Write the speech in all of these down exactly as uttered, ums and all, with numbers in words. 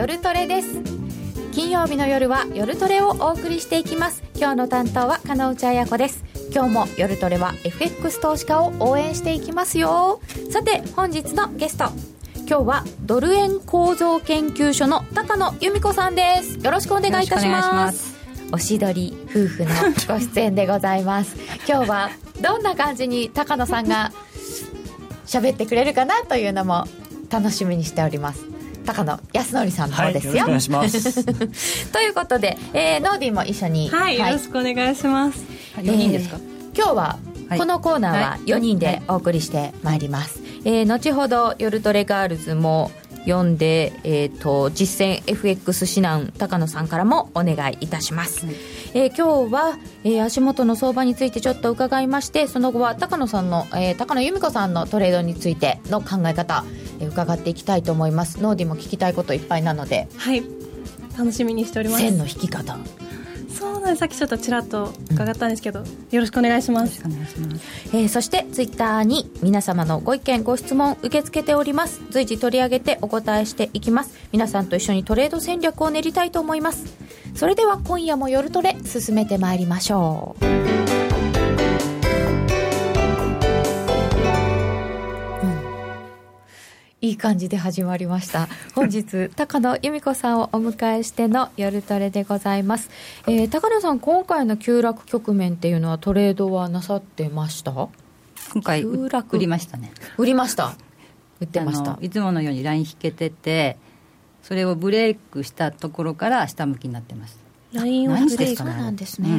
夜トレです。金曜日の夜は夜トレをお送りしていきます。今日の担当は金内彩子です。今日も夜トレは エフエックス 投資家を応援していきますよ。さて本日のゲスト、今日はドル円構造研究所の高野由美子さんです。よろしくお願いいたします。おしどり夫婦のご出演でございます今日はどんな感じに高野さんが喋ってくれるかなというのも楽しみにしております。高野康則さんの方ですよ、はい、よろしくお願いしますということで、えー、ノーディーも一緒に、 はい、はい、よろしくお願いします。 よにんですか、えー、今日はこのコーナーはよにんでお送りしてまいります、はいはい、えー、後ほど夜トレガールズも読んで、えー、と実践 エフエックス 指南高野さんからもお願いいたします、はい、えー、今日は、えー、足元の相場についてちょっと伺いまして、その後は高野さんの、えー、高野由美子さんのトレードについての考え方、えー、伺っていきたいと思います。ノーディも聞きたいこといっぱいなので、 はい、楽しみにしております。 線の引き方、 そうなんです。さっきちょっとちらっと伺ったんですけど、うん、よろしくお願いします。よろしくお願いします。 えー、そしてツイッターに皆様のご意見ご質問受け付けております。随時取り上げてお答えしていきます。皆さんと一緒にトレード戦略を練りたいと思います。それでは今夜も夜トレ進めてまいりましょう。いい感じで始まりました。本日高野由美子さんをお迎えしての夜トレでございます、えー、高野さん、今回の急落局面っていうのはトレードはなさってました？ 今回売りましたね。 売りました。売ってました。 いつものようにライン引けてて、それをブレイクしたところから下向きになってます。 ラインをブレイク。 そうなんですね、うん、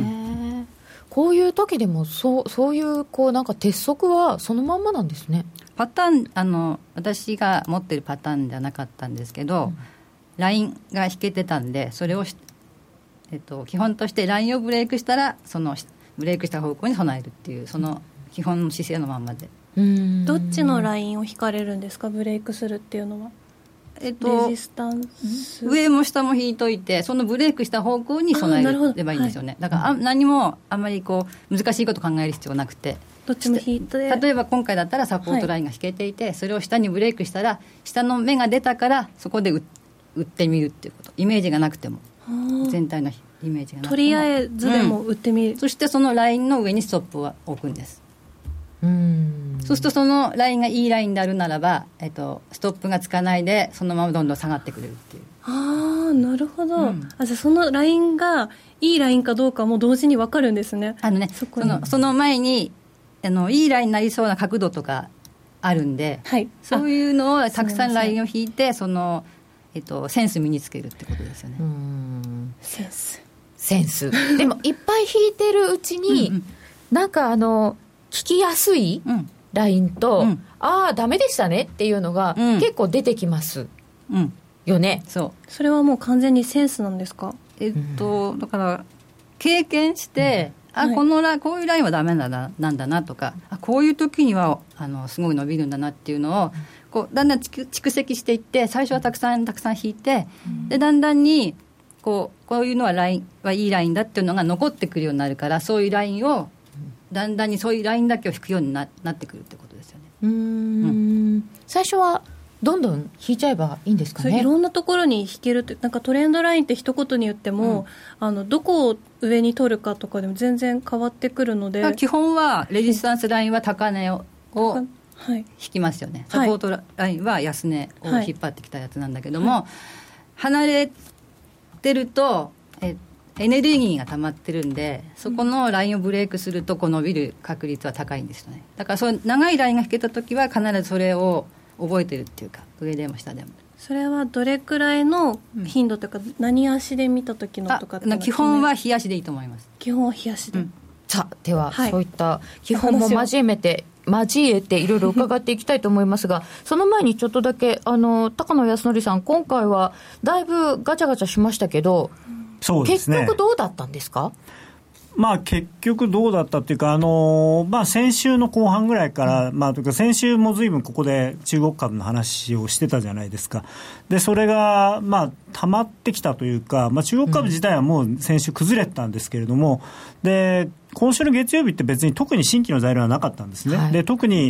こういう時でもそう、そういうこうなんか鉄則はそのまんまなんですね。 パターン、あの私が持ってるパターンじゃなかったんですけど、うん、ラインが引けてたんで、それを、えっと、基本としてラインをブレイクしたらそのブレイクした方向に備えるっていう、その基本の姿勢のまんまで。 うーん、どっちのラインを引かれるんですか、ブレイクするっていうのは。えっと、レジスタンス、 上も下も引いといて、そのブレイクした方向に備えればいいんですよね、はい、だからあ何もあんまりこう難しいこと考える必要なくて、 どっちも引いて、 例えば今回だったらサポートラインが引けていて、はい、それを下にブレイクしたら下の目が出たからそこで売ってみるっていうこと、イメージがなくても、全体のイメージがなくてもとりあえずでも売ってみる、 うん、そしてそのラインの上にストップを置くんです。 うーん、 そうするとそのラインがいいラインであるならば、えっと、ストップがつかないでそのままどんどん下がってくれるっていう。 ああ、なるほど、うん、あ、じゃあそのラインがいいラインかどうかも同時に分かるんですね。 あのね、そ, そ, のその前にあのいいラインになりそうな角度とかあるんで、はい、そういうのをたくさんラインを引いて、その、えっと、センス身につけるってことですよね。 うーん、 センスセンスでもいっぱい引いてるうちに、うんうん、なんかあの聞きやすいラインと、うん、ああダメでしたねっていうのが、うん、結構出てきます、うん、よね。 そう、それはもう完全にセンスなんですか？ えっと、うん、だから経験して、うん、あ、はい、このラこういうラインはダメだな、なんだなとか、あ、こういう時にはあのすごい伸びるんだなっていうのを、こうだんだん蓄積していって、最初はたくさんたくさん引いて、うん、でだんだんにこう、こういうのはラインはいいラインだっていうのが残ってくるようになるから、そういうラインをだんだんにそういうラインだけを引くように な, なってくるってことですよね。 うーん、うん、最初はどんどん引いちゃえばいいんですかね。 いろんなところに引けるって、なんかトレンドラインって一言に言っても、うん、あのどこを上に取るかとかでも全然変わってくるので、 基本はレジスタンスラインは高値を引きますよね、はい、サポートラインは安値を引っ張ってきたやつなんだけども、はい、離れてるとえエネルギーが溜まってるんで、そこのラインをブレイクするとこう伸びる確率は高いんですよね。だからそういう長いラインが引けたときは必ずそれを覚えてるっていうか、上でも下でも。 それはどれくらいの頻度というか、うん、何足で見た時のとかっての基本は日足でいいと思います。 基本は日足で、うん、 さあでは、はい、そういった基本も交えめて交えていろいろ伺っていきたいと思いますがその前にちょっとだけあの高野康則さん、今回はだいぶガチャガチャしましたけど、 そうですね、 結局どうだったんですか？ まあ、結局どうだったっていうか、あのーまあ、先週の後半ぐらいから、まあ、というか先週も随分ここで中国株の話をしてたじゃないですか。でそれが、まあ、溜まってきたというか、まあ、中国株自体はもう先週崩れたんですけれども、で今週の月曜日って別に特に新規の材料はなかったんですね、はい、で特に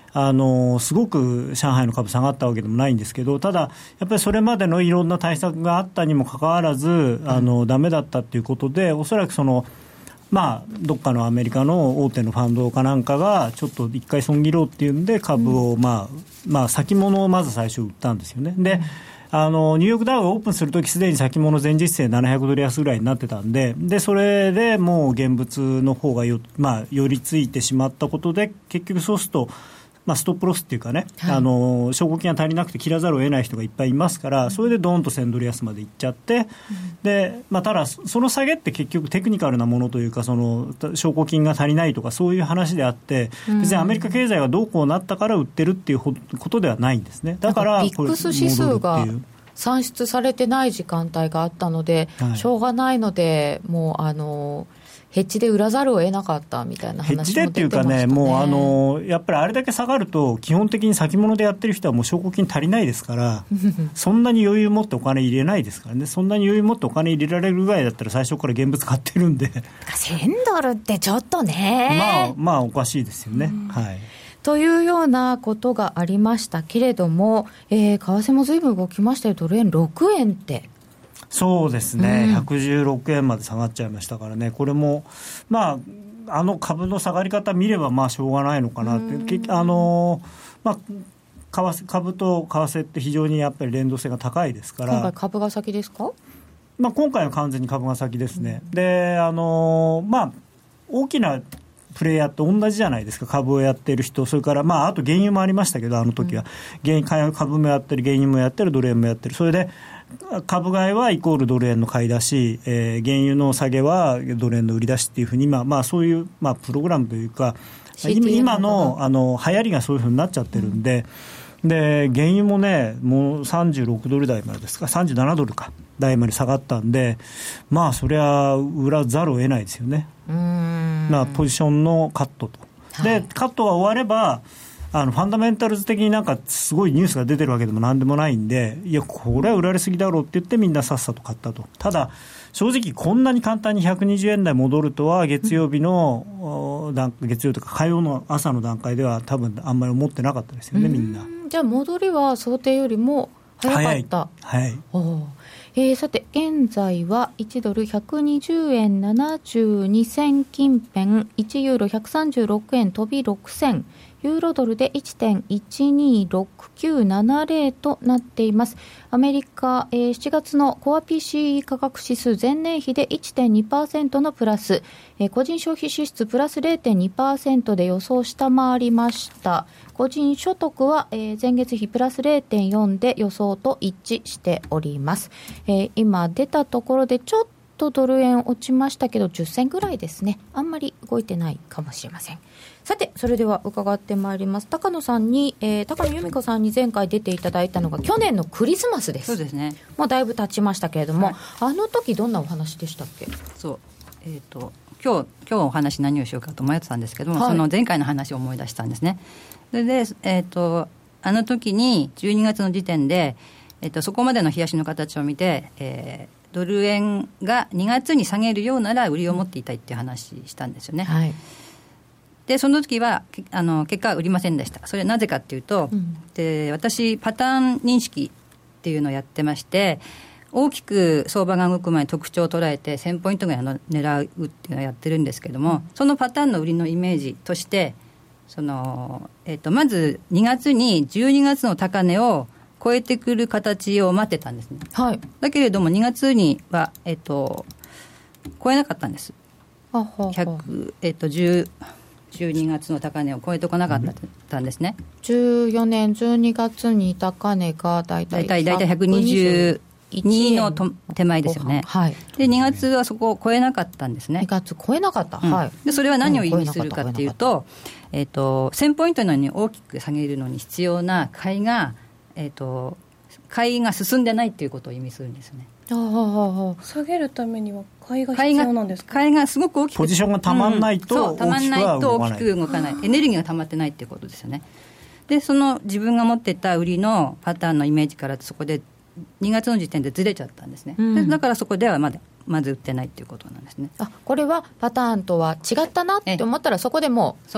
あのすごく上海の株下がったわけでもないんですけど、ただやっぱりそれまでのいろんな対策があったにもかかわらずあのダメだったということで、おそらくそのまあ、どっかのアメリカの大手のファンドかなんかがちょっと一回損切ろうっていうんで株を、まあまあ、先物をまず最初売ったんですよね。であのニューヨークダウがオープンするときすでに先物前日制ななひゃくドル安ぐらいになってたんで、でそれでもう現物の方がよ、まあ、寄りついてしまったことで結局そうするとまあ、ストップロスっていうかね、はい、あの証拠金が足りなくて切らざるを得ない人がいっぱいいますから、それでドーンとせんドル安までいっちゃって、うん、でまあ、ただその下げって結局テクニカルなものというか、その証拠金が足りないとかそういう話であって、別にアメリカ経済がどうこうなったから売ってるっていうことではないんですね。だからビックス指数が算出されてない時間帯があったので、はい、しょうがないのでもうあのヘッジで売らざるを得なかったみたいな話も出てましたね。ヘッジでっていうかね、もうあのやっぱりあれだけ下がると基本的に先物でやってる人はもう証拠金足りないですからそんなに余裕持ってお金入れないですからね。そんなに余裕持ってお金入れられるぐらいだったら最初から現物買ってるんでせんドルってちょっとね、 まあまあおかしいですよね、はい、 というようなことがありましたけれども、えー、為替も随分動きましたよ。ドル円ろくえんってそうですね、 うん、 ひゃくじゅうろくえんまで下がっちゃいましたからね。これも、まあ、あの株の下がり方見ればまあしょうがないのかなって、あの、まあ、為替株と為替って非常にやっぱり連動性が高いですから。 今回株が先ですか？ まあ、今回は完全に株が先ですね、うん、であの、まあ、大きなプレイヤーって同じじゃないですか。株をやってる人、それから、まあ、あと原油もありましたけど、あの時は、うん、原株もやってる、原油もやってる、ドル円もやってる。それで株買いはイコールドル円の買い出し、えー、原油の下げはドル円の売り出しっていうふうに、まあまあ、そういう、まあ、プログラムというか今 の, あの流行りがそういうふうになっちゃってるんで、うん、で原油もねもうさんじゅうろくドル台までですかさんじゅうななドルか台まで下がったんで、まあそれは売らざるを得ないですよね。うーん、まあ、ポジションのカットと、で、はい、カットが終わればあのファンダメンタルズ的になんかすごいニュースが出てるわけでもなんでもないんで、いやこれは売られすぎだろうって言ってみんなさっさと買ったと。ただ正直こんなに簡単にひゃくにじゅうえん台戻るとは月曜日の、うん、月曜とか火曜の朝の段階では多分あんまり思ってなかったですよね、みんな。 じゃあ戻りは想定よりも早かった。 早い、はい。 おえー、さて現在はいちドルひゃくにじゅうえんななじゅうに銭近辺、いちユーロひゃくさんじゅうろくえん飛びろく銭、ユーロドルで いちてんいちにろくきゅうななゼロ となっています。アメリカ、えー、しちがつのコア ピーシーイー 価格指数前年比で いってんにパーセント のプラス、えー、個人消費支出プラス れいてんにパーセント で予想下回りました。個人所得は、えー、前月比プラス れいてんよん で予想と一致しております。えー、今出たところでちょっとドル円落ちましたけどじゅっ銭ぐらいですね。あんまり動いてないかもしれません。さてそれでは伺ってまいります。高野さんに、えー、高野由美子さんに前回出ていただいたのが去年のクリスマスです。 そうですね。 もうだいぶ経ちましたけれども、はい、あの時どんなお話でしたっけ？ そう、えーと、今日今日お話何をしようかと迷ってたんですけども、はい、その前回の話を思い出したんですね。それで、えーと、あの時にじゅうにがつの時点で、えーと、そこまでの冷やしの形を見て、えー、ドル円がにがつに下げるようなら売りを持っていたいっていう話したんですよね、はい。でその時はあの結果売りませんでした。それはなぜかっていうと、うん、で私パターン認識っていうのをやってまして、大きく相場が動く前に特徴を捉えてせんポイントぐらいの狙うっていうのをやってるんですけども、うん、そのパターンの売りのイメージとしてその、えー、とまずにがつにじゅうにがつの高値を超えてくる形を待ってたんですね、はい、だけれどもにがつには、えー、と超えなかったんです。 ははひゃく、えー、とじゅうじゅうにがつの高値を超えてこなかったんですね。 じゅうよねんじゅうにがつに高値がだいたいひゃくにじゅうにのと手前ですよね、はい、でにがつはそこを超えなかったんですね。 にがつ超えなかった、うん、はい、 でそれは何を意味するかっていうと、えー、とせんポイントのように大きく下げるのに必要な買いが、えー、と買いが進んでないっていうことを意味するんですよね。 ああ、下げるためには買いが必要なんですか？ 買いがすごく大きくポジションがたまんないと、 うん、たまんないと大きく動かない、エネルギーがたまってないっていうことですよね。でその自分が持ってた売りのパターンのイメージからそこでにがつの時点でずれちゃったんですね、うん、でだからそこではまだまず売ってないっていうことなんですね。 あ、これはパターンとは違ったなって思ったらそこでもうそう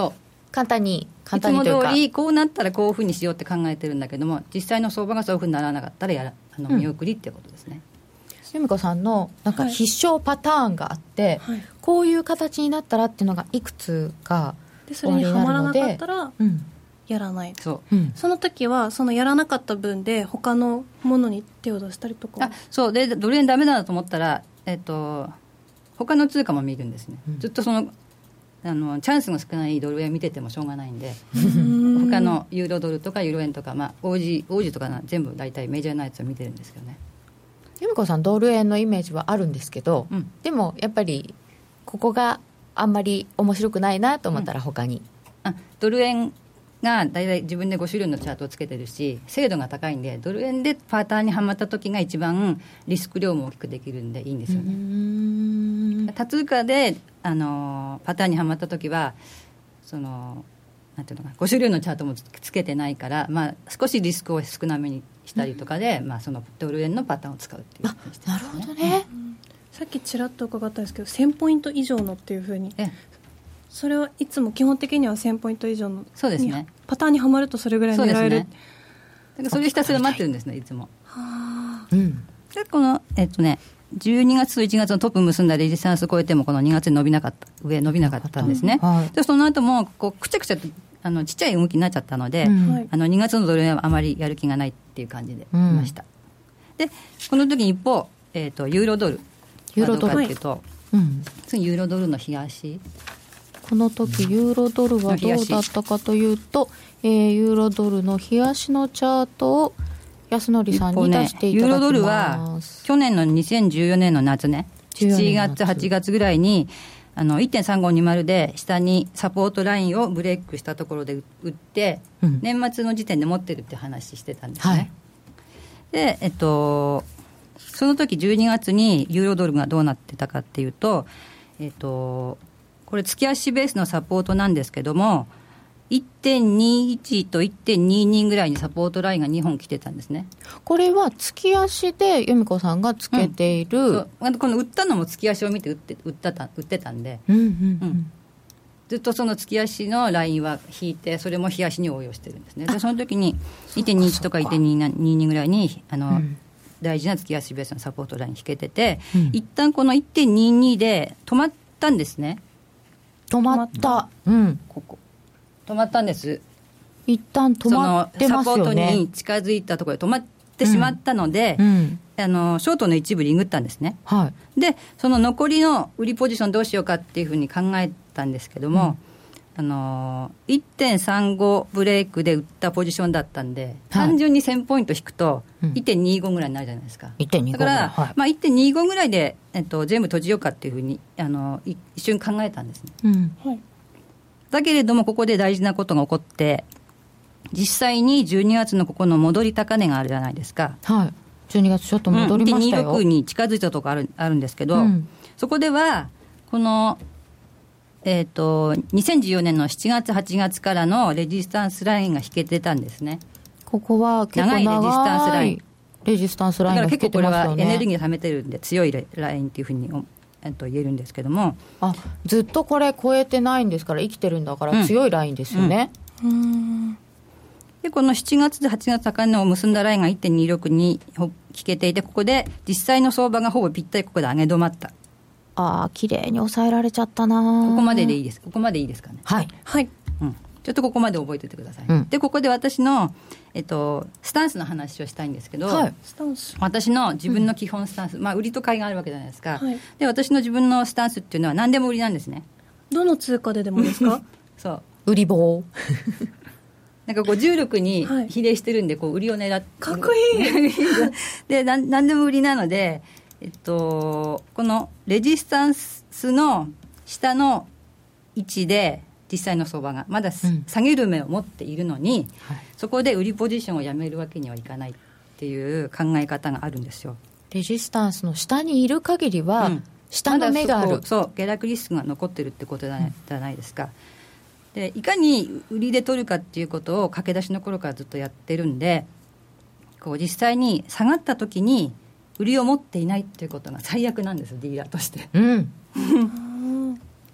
簡単に簡単にというかいつも通りこうなったらこういうふうにしようって考えてるんだけども、実際の相場がそういうふうにならなかったらやらあの見送りっていうことですね。 由美子さんのなんか必勝パターンがあって、はい、こういう形になったらっていうのがいくつかでそれにはまらなかったら、うん、やらない。 そう、うん、 その時はそのやらなかった分で他のものに手を出したりとか。 あそうでドル円ダメだなと思ったら、えっと、他の通貨も見るんですね、うん、ずっとそのあのチャンスが少ないドル円見ててもしょうがないんで他のユーロドルとかユーロ円とか、まあ、オージー、オージーとかな全部大体メジャーなやつを見てるんですけどね。 由美子さんドル円のイメージはあるんですけど、うん、でもやっぱりここがあんまり面白くないなと思ったら他に、 うん、あドル円が大体自分でご種類のチャートをつけてるし精度が高いんで、ドル円でパターンにはまった時が一番リスク量も大きくできるんでいいんですよね。うーん多通貨であのパターンにはまった時はそのなんていうのかなご種類のチャートも つ, つけてないから、まあ、少しリスクを少なめにしたりとかで、うんまあ、そのドル円のパターンを使うっていう、ね、 あなるほどね、 うん、さっきちらっと伺ったんですけどせんポイント以上のっていうふうに、えそれはいつも基本的にはせんポイント以上のそうですねパターンにはまるとそれぐらい狙える。そうですね、だからそれひたすら待ってるんですねいつも。 は、 うん、でこのえっとねじゅうにがつといちがつのトップ結んだレジスタンスを超えてもこのにがつに伸びなかった上伸びなかったんですね、はい、でその後もこうくちゃくちゃとあのちっちゃい動きになっちゃったので、うん、あのにがつのドル円はあまりやる気がないっていう感じでいました、うん、でこの時に一方、えー、とユーロドルユーロドルかっていうと、はいうん、次ユーロドルの日足この時ユーロドルはどうだったかというと、えー、ユーロドルの日足のチャートを安則さんに出していただきます。ユーロドルは去年のにせんじゅうよねんの夏ねしちがつはちがつぐらいにあの いってんさんごにまる で下にサポートラインをブレイクしたところで売って、うん、年末の時点で持ってるって話してたんですね、はい、でえっとその時じゅうにがつにユーロドルがどうなってたかっていうと、えっとこれ月足ベースのサポートなんですけども いってんにいち と いってんにに ぐらいにサポートラインがにほん来てたんですね。 これは月足で由美子さんがつけている、うん、 そうこの売ったのも月足を見て売って売ったた売ってたんで、うんうんうんうん、ずっとその月足のラインは引いてそれも日足に応用してるんですね。でその時に いってんにいち とか いってんにに ぐらいにあの、うん、大事な月足ベースのサポートライン引けてて、うん、一旦この いってんにに で止まったんですね。 止まった、うん、 ここ止まったんです。 一旦止まってますよね。 サポートに近づいたところで止まってしまったので、うんうん、あのショートの一部リグったんですね、はい、でその残りの売りポジションどうしようかっていうふうに考えたんですけども、うん、あの いってんさんご ブレイクで売ったポジションだったんで、はい、単純にせんポイント引くと いってんにご ぐらいになるじゃないですか、 うん、いってんにごだから、はいまあ、いってんにご ぐらいで、えっと、全部閉じようかっていうふうにあの一瞬考えたんですね、うんはい、だけれどもここで大事なことが起こって実際にじゅうにがつのここの戻り高値があるじゃないですか。 はい。じゅうにがつちょっと戻りましたよ。 うん、いってんにじゅうろく に近づいたところあるあるんですけど、うん、そこではこのえっとにせんじゅうよねんのしちがつはちがつからのレジスタンスラインが引けてたんですね。 ここは結構長い長いレジスタンスライン。 レジスタンスラインが引けてますよね。 だから結構これはエネルギーを貯めてるんで強いラインっていうふうにえっと言えるんですけども、 あずっとこれ超えてないんですから生きてるんだから強いラインですよね。うん。うんでこのしちがつではちがつ高値を結んだラインが いってんにろく に引けていてここで実際の相場がほぼぴったりここで上げ止まった。 ああ綺麗に抑えられちゃったな。 ここまででいいですここまでいいですかね。 はい、 はいうん、ちょっとここまで覚えておいてください、うん、でここで私の、えっと、スタンスの話をしたいんですけど、はい、スタンス私の自分の基本スタンス、うんまあ、売りと買いがあるわけじゃないですか、はい、で私の自分のスタンスっていうのは何でも売りなんですね。 どの通貨ででもですかそう売り棒なんかこう重力に比例してるんでこう売りを狙って、 かっこいいでな何でも売りなので、えっと、このレジスタンスの下の位置で実際の相場がまだ、うん、下げる目を持っているのに、はい、そこで売りポジションをやめるわけにはいかないっていう考え方があるんですよ。 レジスタンスの下にいる限りは、うん、下の目がある、ま、 そう下落リスクが残ってるってことじゃない、うん、じゃないですか。でいかに売りで取るかっていうことを駆け出しの頃からずっとやってるんでこう実際に下がった時に売りを持っていないっていうことが最悪なんですディーラーとして、うん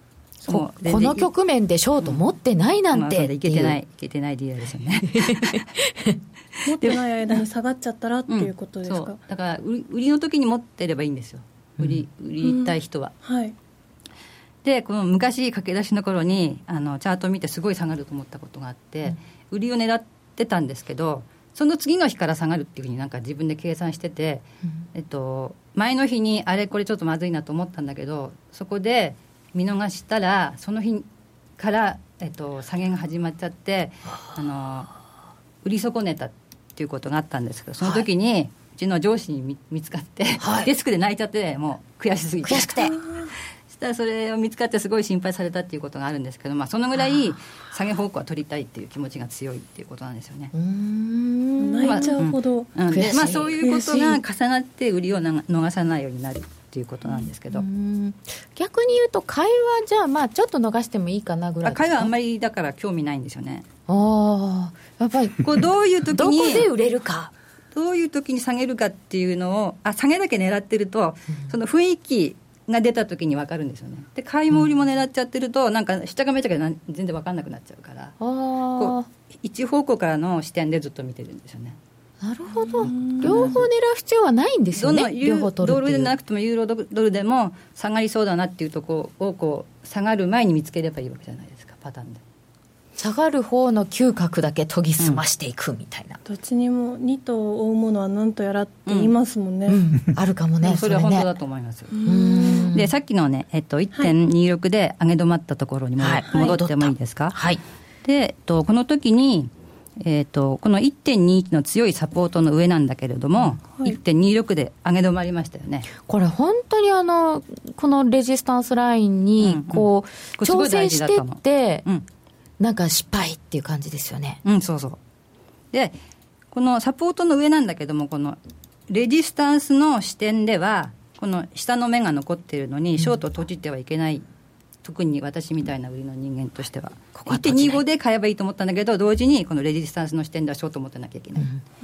こ, この局面でショート持ってないなんて、 うんまあ、いけてないいけてないディーラーですよね持ってない間に下がっちゃったらっていうことですか、 うん、そうだから売り、売りの時に持ってればいいんですよ、売り、売りたい人は、 うん、はいでこの昔駆け出しの頃にあのチャートを見てすごい下がると思ったことがあって、うん、売りを狙ってたんですけど、その次の日から下がるっていうふうになんか自分で計算してて、うんえっと、前の日にあれこれちょっとまずいなと思ったんだけど、そこで見逃したらその日から、えっと、下げが始まっちゃってあの売り損ねたっていうことがあったんですけど、その時に、はい、うちの上司に 見, 見つかって、はい、デスクで泣いちゃってもう悔しすぎて悔しくてそしたらそれを見つかってすごい心配されたっていうことがあるんですけど、まあ、そのぐらい下げ方向は取りたいっていう気持ちが強いっていうことなんですよね。 うーん泣いちゃうほど、 まあうんでまあ、そういうことが重なって売りを逃さないようになるっていうことなんですけど、 うん逆に言うと買いはじゃあまあちょっと逃してもいいかなぐらいですか。 買いはあんまりだから興味ないんですよね。 あやっぱりこうどういう時にどこで売れるか、 どういう時に下げるかっていうのをあ下げだけ狙ってると、うん、その雰囲気が出た時に分かるんですよね。で買いも売りも狙っちゃってると、うん、なんか下がめちゃが全然分かんなくなっちゃうから、こう一方向からの視点でずっと見てるんですよね。 なるほど、両方狙う必要はないんですよね。 どの両方取るっていうドルでなくてもユーロドルでも下がりそうだなっていうところをこう下がる前に見つければいいわけじゃないですか、パターンで。 下がる方の嗅覚だけ研ぎ澄ましていくみたいな、 うん、どっちにもにと追うものは何とやらって言いますもんね、 うんうん、あるかもね。 それは本当だと思います。うんでさっきのね、えっと、いってんにじゅうろく で上げ止まったところにも、はい、戻ってもいいですか。 はい、 で、えっと、この時に、えっと、この いってんにじゅういち の強いサポートの上なんだけれども、はい、いってんにじゅうろく で上げ止まりましたよね。 これ本当にあのこのレジスタンスラインにこう、うんうん、挑戦してって、うん、なんか失敗っていう感じですよね。 うん、そうそう。でこのサポートの上なんだけども、このレジスタンスの視点ではこの下の目が残っているのにショートを閉じてはいけない、うん、特に私みたいな売りの人間としては いってんにじゅうご で買えばいいと思ったんだけど、同時にこのレジスタンスの視点ではショートを持ってなきゃいけない、うん、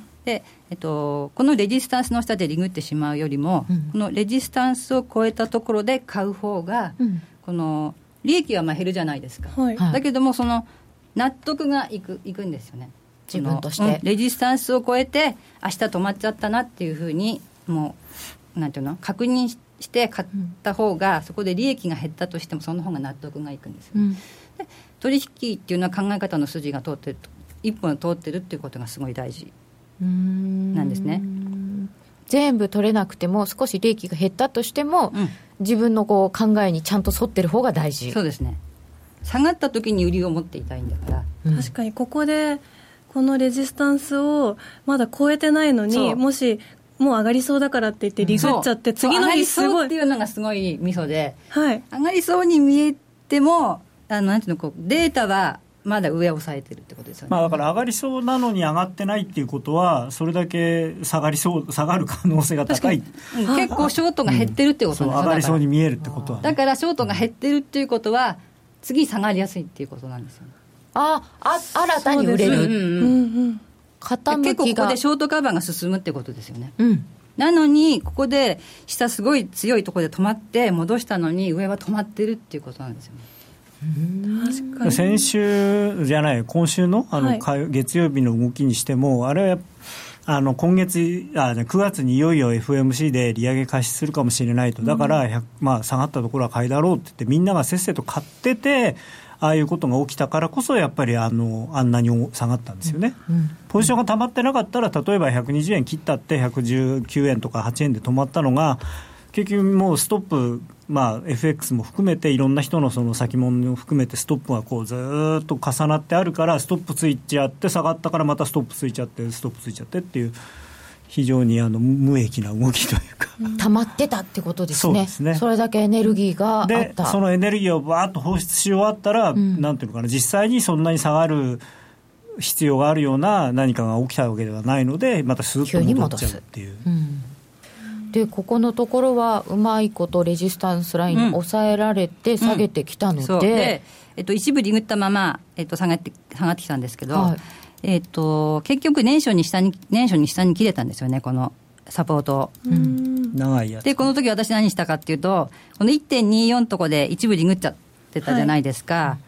で、えっと、このレジスタンスの下でリグってしまうよりも、うん、このレジスタンスを超えたところで買う方が、うん、この利益はまあ減るじゃないですか、はい、だけどもその納得がいく、いくんですよね、 自分として、うん、 レジスタンスを超えて明日止まっちゃったなっていうふうにもうなんていうの確認して買った方が、うん、そこで利益が減ったとしてもその方が納得がいくんですよ、うん、で取引っていうのは考え方の筋が通ってると、一本通ってるっていうことがすごい大事なんですね。 全部取れなくても少し利益が減ったとしても、うん、自分のこう考えにちゃんと沿ってる方が大事。 そうですね。下がった時に売りを持っていたいんだから、 うん、確かにここでこのレジスタンスをまだ超えてないのに、もしもう上がりそうだからって言ってリグっちゃって、うん、次の日すごい上がりそうっていうのがすごいミソで、 はい、 上がりそうに見えてもあのなんていうのこうデータはまだ上を抑えてるってことですよね。 まあ、だから上がりそうなのに上がってないっていうことはそれだけ下がりそう下がる可能性が高い。 結構ショートが減ってるってことなんですよ、うん、 そう上がりそうに見えるってことは、ね、 だからショートが減ってるっていうことは次下がりやすいっていうことなんですよね。 ああ新たに売れる、うんうんうん傾きが結構ここでショートカバーが進むってことですよね、 うん、 なのにここで下すごい強いところで止まって戻したのに上は止まってるっていうことなんですよね。 確かに先週じゃない今週 の, あの、はい、月曜日の動きにしてもあれはあの今月あくがつにいよいよ エフオーエムシー で利上げ開始するかもしれないと、だから、うんまあ、下がったところは買いだろうって言ってみんながせっせと買っててああいうことが起きたからこそやっぱり あ, のあんなに下がったんですよね、うんうん、ポジションが溜まってなかったら例えばひゃくにじゅうえん切ったってひゃくじゅうきゅうえんとかはちえんで止まったのが結局もうストップ、まあ、エフエックス も含めていろんな人のその先物を含めてストップがこうずっと重なってあるからストップついちゃって下がったからまたストップついちゃってストップついちゃってっていう非常にあの無益な動きというか溜まってたってことですね。 そうですね。 それだけエネルギーがあった。 でそのエネルギーをバーッと放出し終わったら、うん、なんていうのかな実際にそんなに下がる必要があるような何かが起きたわけではないのでまたスーッと戻っちゃうっていう、 うん、でここのところはうまいことレジスタンスラインに抑えられて下げてきたので、うんうん、 で、えっと、一部リグったまま、えっと、下がって、下がってきたんですけど、はいえっと、結局年初に下に年初に下に切れたんですよねこのサポートを、 うん、長いやつでこの時私何したかっていうとこの いってんにじゅうよん のとこで一部リグっちゃってたじゃないですか、はい、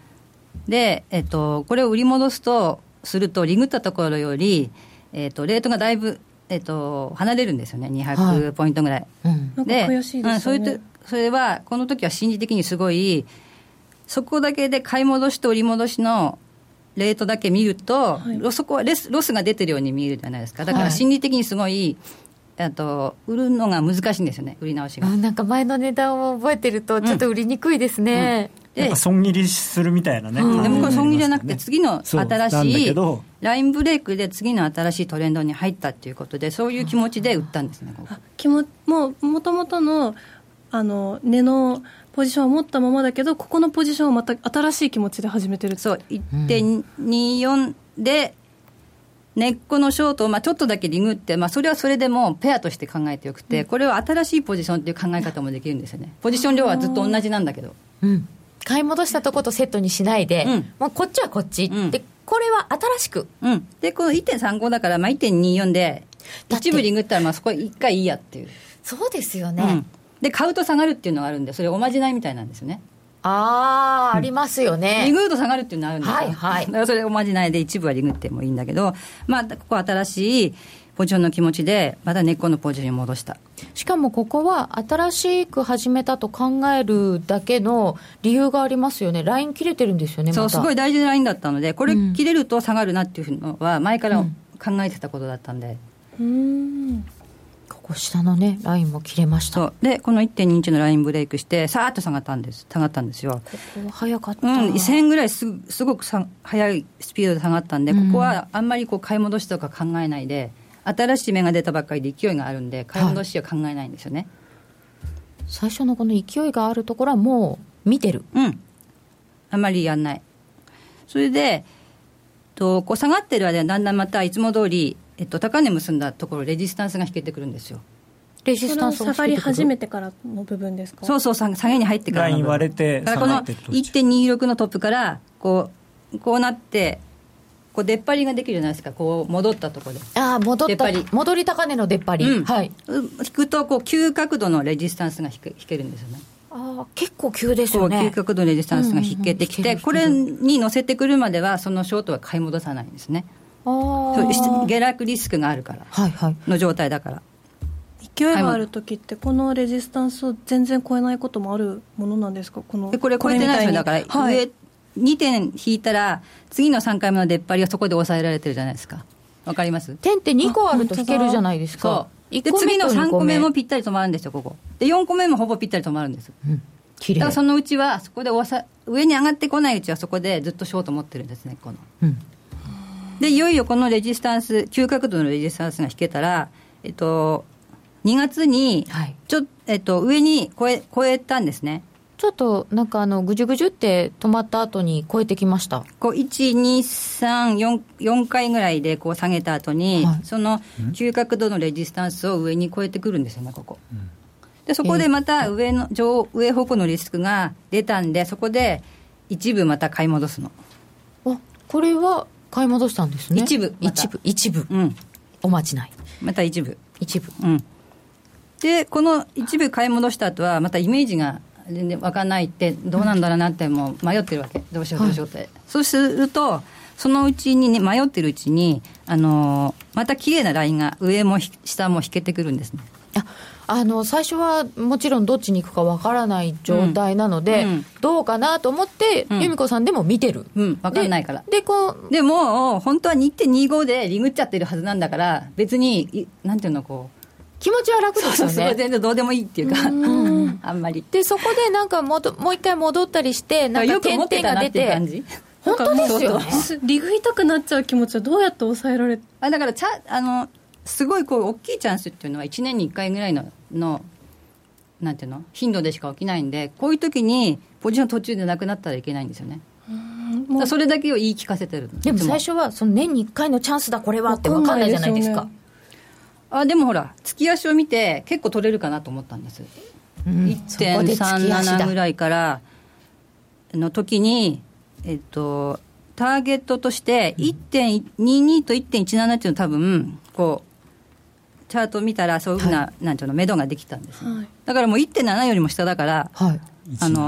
で、えっと、これを売り戻すとするとリグったところより、えっと、レートがだいぶ、えっと、離れるんですよね、にひゃくポイントぐらい、はい、うん、で、 なんか悔しいですよね、うん、 そういうそれはこの時は心理的にすごいそこだけで買い戻しと売り戻しのレートだけ見ると、はい、そこはレスロスが出てるように見えるじゃないですか。だから心理的にすごい、はい、あと売るのが難しいんですよね、売り直しが。 なんか前の値段を覚えてるとちょっと売りにくいですね、 うんうん、で損切りするみたいなね、 うん、でもこれ損切りじゃなくて次の新しいラインブレイクで次の新しいトレンドに入ったっていうことで、そういう気持ちで売ったんですね。ここ気ももう元々のあの値のポジションを持ったままだけど、ここのポジションをまた新しい気持ちで始めてる。 そう いってんによん で根っこのショートをまあちょっとだけリグって、まあ、それはそれでもペアとして考えてよくて、これは新しいポジションっていう考え方もできるんですよね。ポジション量はずっと同じなんだけど、 うん、買い戻したとことセットにしないで、うん、まあ、こっちはこっち、うん、でこれは新しく、 うん、でこの いってんさんご だから、まあ、いってんによん で一部リグったらまあそこいっかいいいやっていう。 そうですよね、 うん、で買うと下がるっていうのがあるんで、それおまじないみたいなんですよね。 ああ、うん、ありますよね。 リグると下がるっていうのがあるんですよ、 はいはい、 だからそれおまじないで一部はリグってもいいんだけど、まあ、ここは新しいポジションの気持ちでまた根っこのポジションに戻した。 しかもここは新しく始めたと考えるだけの理由がありますよね。ライン切れてるんですよね、また。 そう、すごい大事なラインだったので、これ切れると下がるなっていうのは前から考えてたことだったんで、 うん、うーん、ここ下のねラインも切れました。 そうでこの いってんにいち のラインブレイクしてさーっと下がったんです下がったんですよ。 ここは早かった、 うん、せんえんぐらい す, すごくさ速いスピードで下がったんで、ここはあんまりこう買い戻しとか考えないで、新しい芽が出たばっかりで勢いがあるんで買い戻しは考えないんですよね、はい、 最初のこの勢いがあるところはもう見てる。 うん、あんまりやんない。それでとこう下がってる間にだんだんまたいつも通り、えっと、高値結んだところレジスタンスが引けてくるんですよ。 レジスタンスが下がり始めてからの部分ですか。 そうそう、下げに入ってからの部分。 ライン割れてだからこの いってんにじゅうろく のトップからこうこうなってこう出っ張りができるじゃないですか。こう戻ったところで、 ああ、戻った戻り高値の出っ張り、うん、はい、 引くとこう急角度のレジスタンスが引け、引けるんですよね。 あ、結構急ですよね。 急角度のレジスタンスが引けてきて、うんうん、これに乗せてくるまではそのショートは買い戻さないんですね。あ、そう、下落リスクがあるから、はいはい、の状態だから。 勢いがあるときってこのレジスタンスを全然超えないこともあるものなんですか。このこれ超えてないですよ。だから、はい、上にてん引いたら次のさんかいめの出っ張りはそこで抑えられてるじゃないですか。わかります？ 点ってにこあると引けるじゃないですか。 そうで次のさんこめもぴったり止まるんですよ。ここでよんこめもほぼぴったり止まるんです、うん、綺麗だからそのうちはそこで抑え上に上がってこないうちはそこでずっとショート持ってるんですね。この、うん、でいよいよこのレジスタンス急角度のレジスタンスが引けたら、えっとにがつにちょ、えっと、上に超え、超えたんですね。 ちょっとなんかあのぐじゅぐじゅって止まった後に超えてきました。 こういち、に、さん、よん、よんかいぐらいでこう下げた後に、はい、その急角度のレジスタンスを上に超えてくるんですよね、ここ。うん、でそこでまた上の、上、上方向のリスクが出たんで、そこで一部また買い戻すの。 あ、これは買い戻したんですね。 一部。 一部。一部。うん。おまじない。 また一部。 一部。 うん。でこの一部買い戻した後はまたイメージが全然分かんないってどうなんだろうなってもう迷ってるわけ。どうしようどうしようって、はい、そうするとそのうちに、ね、迷ってるうちに、あのー、また綺麗なラインが上も下も引けてくるんですね。 ああの最初はもちろんどっちに行くか分からない状態なので、うんうん、どうかなと思って、うん、由美子さんでも見てる、 うん、分かんないから。 で、でこうでも本当は にてんにじゅうご でリグっちゃってるはずなんだから別になんていうのこう気持ちは楽ですよね。 そうそうそう、全然どうでもいいっていうか、うん、あんまり。 でそこでなんかもう、もう一回戻ったりしてなんか点々が出て、 感じ本当ですよね。 リグいたくなっちゃう気持ちはどうやって抑えられる？ あだからちゃあのすごいこう大きいチャンスっていうのはいちねんにいっかいぐらいののなんていうの頻度でしか起きないんで、こういう時にポジション途中でなくなったらいけないんですよね。うん、それだけを言い聞かせてる。 でも最初はその年にいっかいのチャンスだこれはって分かんないじゃないですか。 あでもほら月足を見て結構取れるかなと思ったんです、うん、いってんさんなな ぐらいからの時に、えっと、ターゲットとして いってんにじゅうに と いってんいちなな っていうのは多分こうチャートを見たらそういうふうな、はい、なんていうの目処ができたんです、はい、だからもう いってんなな よりも下だから、はい、あの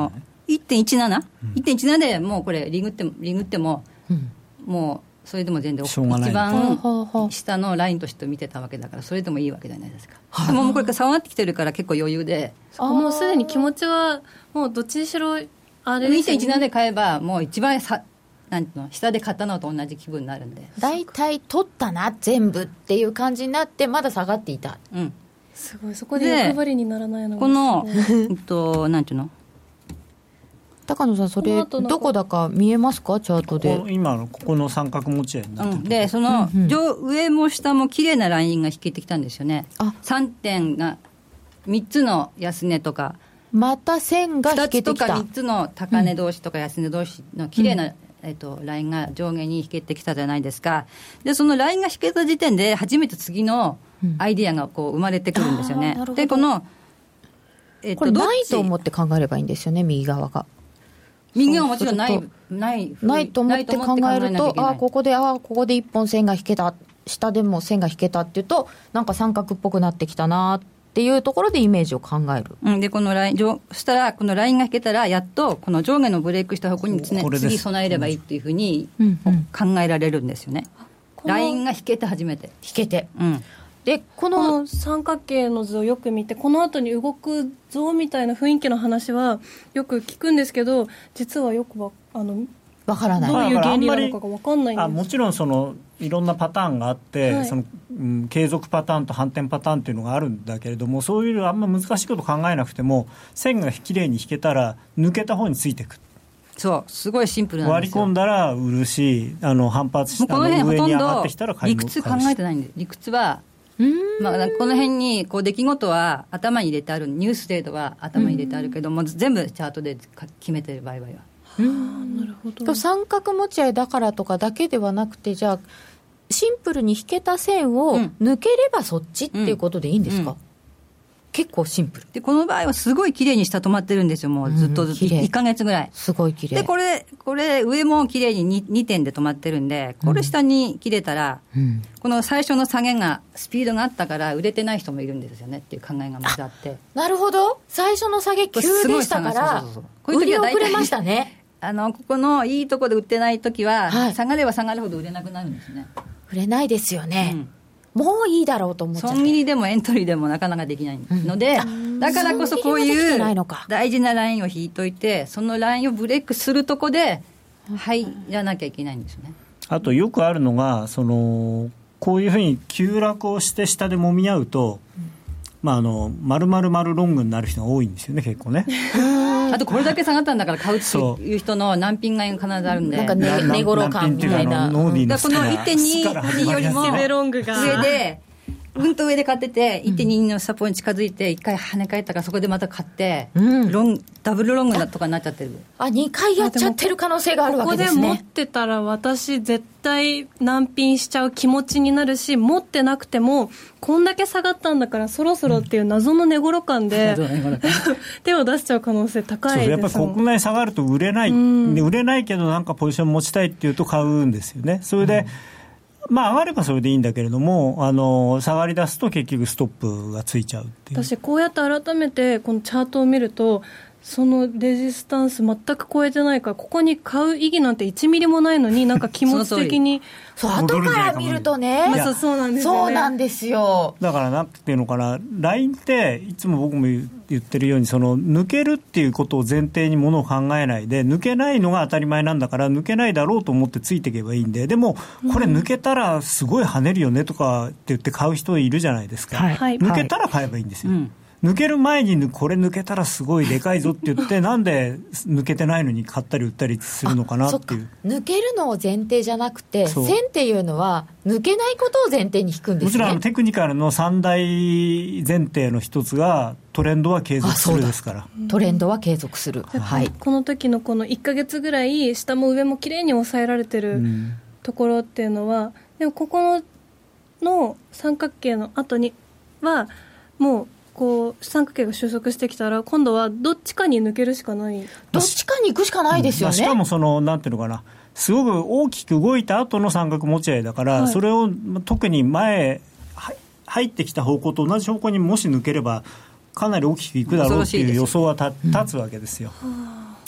いってんいちなな、うん、いってんいちなな でもうこれリグってもリグっても、うん、もうそれでも全然一番下のラインとして見てたわけだからそれでもいいわけじゃないですか、はい、でももうこれから下がってきてるから結構余裕でもうすでに気持ちはもうどっちにしろあれですよね。 いってんいちなな で買えばもう一番さなんていうの下で買ったのと同じ気分になるんで大体取ったな全部っていう感じになってまだ下がっていた、 うん、すごいそこで欲張りにならないのがこのえっとなんていうの高野さんそれどこだか見えますかチャートで。 ここ今のここの三角持ち合いになってる、 うん、でその、うんうん、上上も下も綺麗なラインが引けてきたんですよね。あさんてんがみっつの安値とかまた線が引けてきたふたつとかみっつの高値同士とか安値同士の綺麗な、うんえっと、ラインが上下に引けてきたじゃないですか。でそのラインが引けた時点で初めて次のアイディアがこう生まれてくるんですよね、うん、でこの、 えっと、これないと思って考えればいいんですよね右側が。 右側はもちろんないないないと思って考えるとあここであここで一本線が引けた下でも線が引けたっていうとなんか三角っぽくなってきたなっていうところでイメージを考える、 うん、でこのラインそしたらこのラインが引けたらやっとこの上下のブレイクした方向に常次備えればいいっていうふうに考えられるんですよね、うんうん、ラインが引けて初めて引けて、 うんでこの、この三角形の図をよく見てこの後に動く像みたいな雰囲気の話はよく聞くんですけど実はよくわあのわからないどういう原理なのかが分かんないんです。 あもちろんそのいろんなパターンがあって、はい、そのうん、継続パターンと反転パターンっていうのがあるんだけれどもそういうあんま難しいこと考えなくても線がきれいに引けたら抜けた方についていく。 そうすごいシンプルなんですよ。 割り込んだら売るしあの反発したの上に上がってきたら買い理屈考えてないんで理屈はまあ、この辺にこう出来事は頭に入れてあるニュースデートは頭に入れてあるけども全部チャートで決めてる場合はうんなるほど。 三角持ち合いだからとかだけではなくてじゃあシンプルに引けた線を抜ければそっちっていうことでいいんですか、うんうん、結構シンプルでこの場合はすごい綺麗に下止まってるんですよもうずっとずっといっかげつぐらいすごい綺麗でこれこれ上も綺麗に 2, にてんで止まってるんでこれ下に切れたら、うん、この最初の下げがスピードがあったから売れてない人もいるんですよねっていう考えがまずあってなるほど最初の下げ急でしたから売り遅れましたねあのここのいいところで売ってないときは、はい、下がれば下がるほど売れなくなるんですね。 売れないですよね、うんもういいだろうと思っちゃって損切りでもエントリーでもなかなかできないので、うん、だからこそこういう大事なラインを引いといてそのラインをブレイクするとこで入らなきゃいけないんですよね。 あとよくあるのがそのこういうふうに急落をして下で揉み合うと、うんまあ、あの丸々丸ロングになる人が多いんですよね結構ねあとこれだけ下がったんだから買うっていう人の難品買いが必ずあるんでなんか値頃感みたいなこの いってんに よりも上でうんと上で買ってて いってんに のサポに近づいていっかい跳ね返ったからそこでまた買って、うん、ロンダブルロングとかになっちゃってる。 あにかいやっちゃってる可能性があるわけですね。 ここで持ってたら私絶対難品しちゃう気持ちになるし持ってなくてもこんだけ下がったんだからそろそろっていう謎の値頃感で、うん、手を出しちゃう可能性高いです。 そうやっぱり国内下がると売れない、うん、で売れないけどなんかポジション持ちたいっていうと買うんですよね。それで、うんまあ、上がればそれでいいんだけれどもあの下がり出すと結局ストップがついちゃうっていう。 私こうやって改めてこのチャートを見るとそのレジスタンス全く超えてないからここに買う意義なんていちミリもないのになんか気持ち的にそう後から見るとねそうそうなんですよね。 そうなんですよ。 だからなんていうのかな ライン っていつも僕も言ってるようにその抜けるっていうことを前提にものを考えないで抜けないのが当たり前なんだから抜けないだろうと思ってついていけばいいんででもこれ抜けたらすごい跳ねるよねとかって言って買う人いるじゃないですか、はい、抜けたら買えばいいんですよ、はいうん抜ける前にこれ抜けたらすごいでかいぞって言ってなんで抜けてないのに買ったり売ったりするのかなっていう。 抜けるのを前提じゃなくて線っていうのは抜けないことを前提に引くんですね。 もちろんテクニカルの三大前提の一つがトレンドは継続するですから。 トレンドは継続する、はい、 この時のこのいっかげつぐらい下も上もきれいに抑えられてるところっていうのは、うん、でもここの三角形の後にはもうこう三角形が収束してきたら今度はどっちかに抜けるしかない。 どっちかに行くしかないですよね、うん、 しかもそのなんていうのかなすごく大きく動いた後の三角持ち合いだから、はい、それを特に前入ってきた方向と同じ方向にもし抜ければかなり大きくいくだろうっていう予想はた立つわけですよ、 うん、で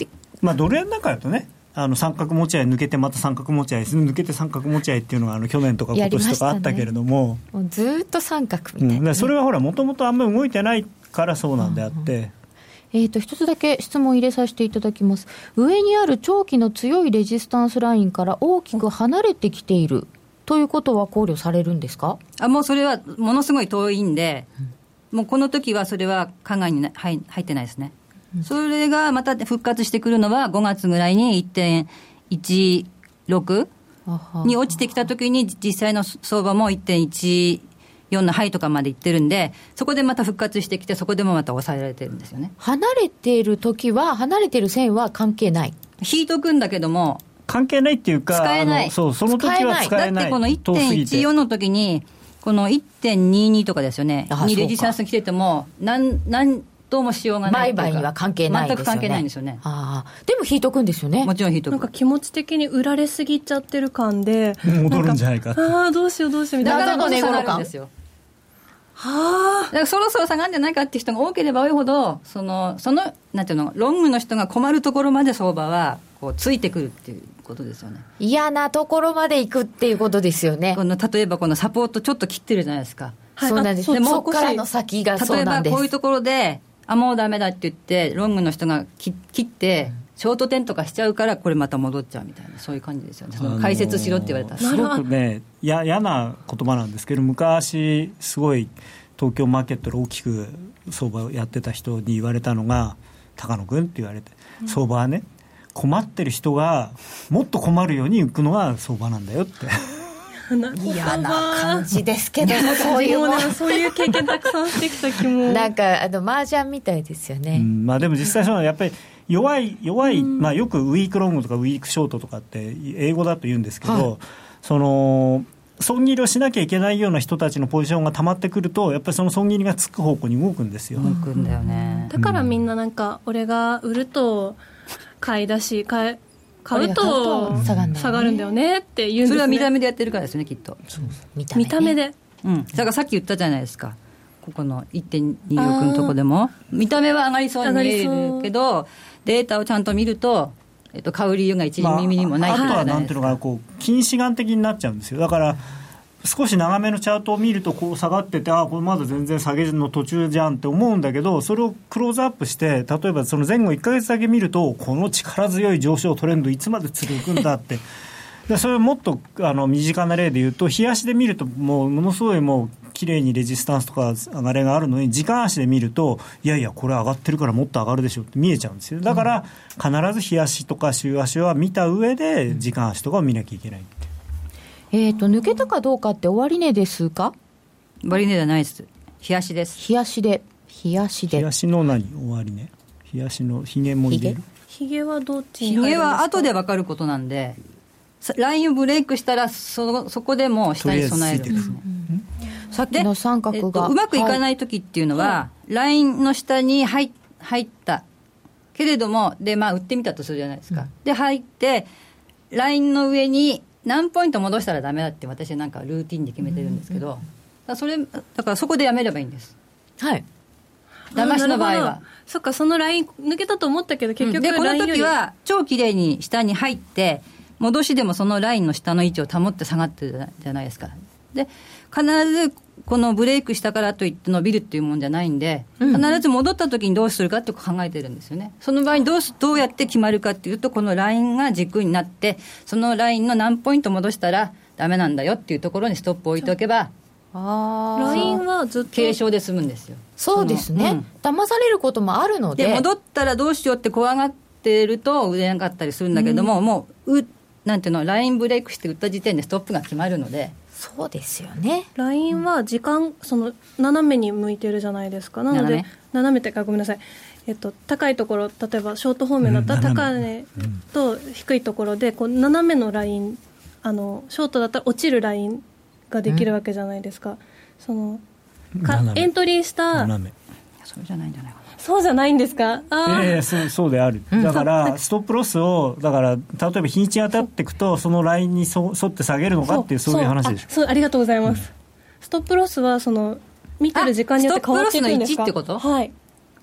まあ、ドル円なんかだとね、あの三角持ち合い抜けてまた三角持ち合い抜けて三角持ち合いっていうのがあの去年とか今年とかあったけれども、 もうずっと三角みたいな、ね、 うん、それはほらもともとあんまり動いてないからそうなんであって、うんうん、 えー、と一つだけ質問入れさせていただきます。上にある長期の強いレジスタンスラインから大きく離れてきているということは考慮されるんですか？ あ、もうそれはものすごい遠いんで、うん、もうこの時はそれは考えに入ってないですね、うん、それがまた復活してくるのはごがつぐらいに いってんいちろく に落ちてきた時に実際の相場も いってんいちよん のハイとかまでいってるんで、そこでまた復活してきてそこでもまた抑えられてるんですよね。 離れている時は離れている線は関係ない、 引いとくんだけども関係ないっていうか使えない、 そうその時は使えない。 だってこの いってんいちよん の時にこの いってんにじゅうに とかですよねにレジスタンス来てても何何どうもしようがない。 売買には関係ないですよね。 全く関係ないんですよね。 あでも引いとくんですよね。 もちろん引いとく。 なんか気持ち的に売られすぎちゃってる感で戻るんじゃないかって、 ああどうしようどうしようみたいな。 だから戻されるんですよ。はあ、だからそろそろ下がるんじゃないかっていう人が多ければ多いほどそのそのなんていうのロングの人が困るところまで相場はこうついてくるっていうことですよね。 嫌なところまで行くっていうことですよね。 この例えばこのサポートちょっと切ってるじゃないですか、 はい、そうなんです。でもそこからの先がそうなんです。 例えばこういうところであもうダメだって言ってロングの人が切ってショートテンとかしちゃうからこれまた戻っちゃうみたいなそういう感じですよね。その解説しろって言われたらすごくねや嫌な言葉なんですけど、昔すごい東京マーケットで大きく相場をやってた人に言われたのが、高野君って言われて、うん、相場はね困ってる人がもっと困るように行くのが相場なんだよって嫌な感じですけどそういうもそういう経験たくさんしてきた気もなんかあの麻雀みたいですよね、 うん、まあ、でも実際そうやっぱり弱い弱い、まあ、よくウィークロングとかウィークショートとかって英語だと言うんですけど、はい、その損切りをしなきゃいけないような人たちのポジションが溜まってくるとやっぱりその損切りがつく方向に動くんですよ。 動くんだよね。 だからみんななんか俺が売ると買い出し買い買うと下がるんだよねって言うんですね。 それは見た目でやってるからですねきっと。 そう見た目、ね、 見た目で、 うん、だからさっき言ったじゃないですか、ここの いってんにじゅうろく のとこでも見た目は上がりそうに見えるけどデータをちゃんと見ると、えっと、買う理由がいちミリにもないってことじゃないですか。 あとはなんていうのかこう近視眼的になっちゃうんですよ。だから少し長めのチャートを見るとこう下がってて、あこれまだ全然下げの途中じゃんって思うんだけど、それをクローズアップして例えばその前後いっかげつだけ見るとこの力強い上昇トレンドいつまで続くんだってでそれをもっとあの身近な例で言うと、日足で見るともうものすごいもう綺麗にレジスタンスとか上がりがあるのに、時間足で見るといやいやこれ上がってるからもっと上がるでしょって見えちゃうんですよ。だから必ず日足とか週足は見た上で時間足とかを見なきゃいけないって。 えーと抜けたかどうかって終値ですか？ 終値じゃないです。日足です。 日足で日足で日足の何終値？日足のヒゲも入れる？ ヒゲはどっちに入るんですか？ ヒゲは後で分かることなんで、ラインをブレイクしたら そ, そこでもう下に備えるんですね。 さっきの三角が、 えっと、うまくいかない時っていうのは、はい、ラインの下に 入, 入ったけれどもで、まあ、売ってみたとするじゃないですか、うん、で入ってラインの上に何ポイント戻したらダメだって私なんかルーティンで決めてるんですけど、うん、だからそれだからそこでやめればいいんです。 はい。 騙しの場合はそっか、そのライン抜けたと思ったけど結局、うん、 でこの時は超きれいに下に入って戻しでもそのラインの下の位置を保って下がってるじゃないですか。で必ずこのブレイクしたからといって伸びるっていうもんじゃないんで、うん、必ず戻った時にどうするかって考えてるんですよね。その場合にどうどうやって決まるかっていうと、このラインが軸になって、そのラインの何ポイント戻したらダメなんだよっていうところにストップを置いておけば、 あラインはずっと軽症で済むんですよ。 そうですね、うん、騙されることもあるので、 で戻ったらどうしようって怖がってると売れなかったりするんだけども、うん、もううなんていうのラインブレイクして売った時点でストップが決まるので。 そうですよね。 ラインは時間その斜めに向いてるじゃないですか。なので斜め、斜めってかごめんなさい、えっと、高いところ、例えばショート方面だったら高値と低いところでこう斜めのライン、あのショートだったら落ちるラインができるわけじゃないですか。そのかエントリーした斜めそれじゃないんじゃないかな。 そうじゃないんですか。あ、 えー、そうそうである。だからストップロスをだから例えば日にち当たっていくとそのラインにそ沿って下げるのかっていうそういう話でしょ。 そう、あ、そう、ありがとうございます、うん、ストップロスはその見てる時間によって変わっていくんですか。 ストップロスの位置ってこと。 はい。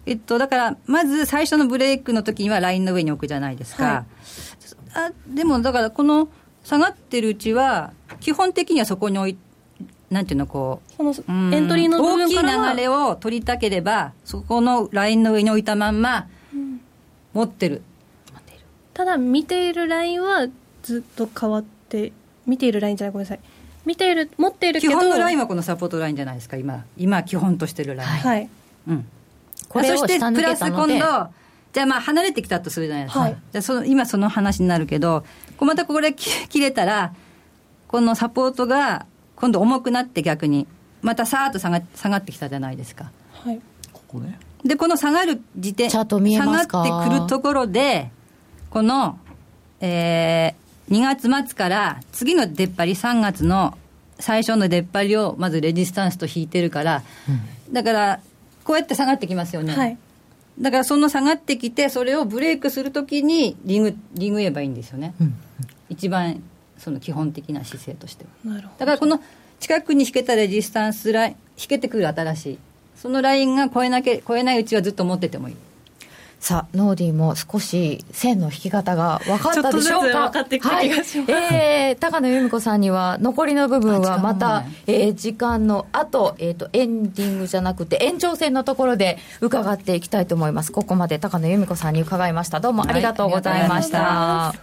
えっと、だからまず最初のブレイクの時にはラインの上に置くじゃないですか、はい、あでもだからこの下がってるうちは基本的にはそこに置いなんていうのこうそのエントリーの部分から大きい流れを取りたければそこのラインの上に置いたまんま持ってる、 うん、ただ見ているラインはずっと変わって見ているラインじゃないごめんなさい見ている持っているけど基本のラインはこのサポートラインじゃないですか 今, 今基本としてるライン、 はい、 うん、これを下抜けたのでそしてプラス今度じゃあまあ離れてきたとするじゃないですか、はい、じゃあその今その話になるけどこうまたこれ切れたらこのサポートが今度重くなって逆にまたさーっと下が下がってきたじゃないですか、 はい、 ここねでこの下がる時点下がってくるところでこの、えー、にがつ末から次の出っ張りさんがつの最初の出っ張りをまずレジスタンスと引いてるから、うん、だからこうやって下がってきますよね、はい、だからその下がってきてそれをブレイクするときにリング、リング言えばいいんですよね、うん、一番その基本的な姿勢としては。なるほど。だからこの近くに引けたレジスタンスライン引けてくる新しいそのラインが超えなきゃ超えないうちはずっと持っててもいい。 さあノーディーも少し線の引き方が分かったでしょうか。 ちょっとずつ分かってきた気がします、 はい、えー、高野由美子さんには残りの部分はまた、ねえー、時間のあと、えーとエンディングじゃなくて延長戦のところで伺っていきたいと思います。ここまで高野由美子さんに伺いました。どうもありがとうございました、はい、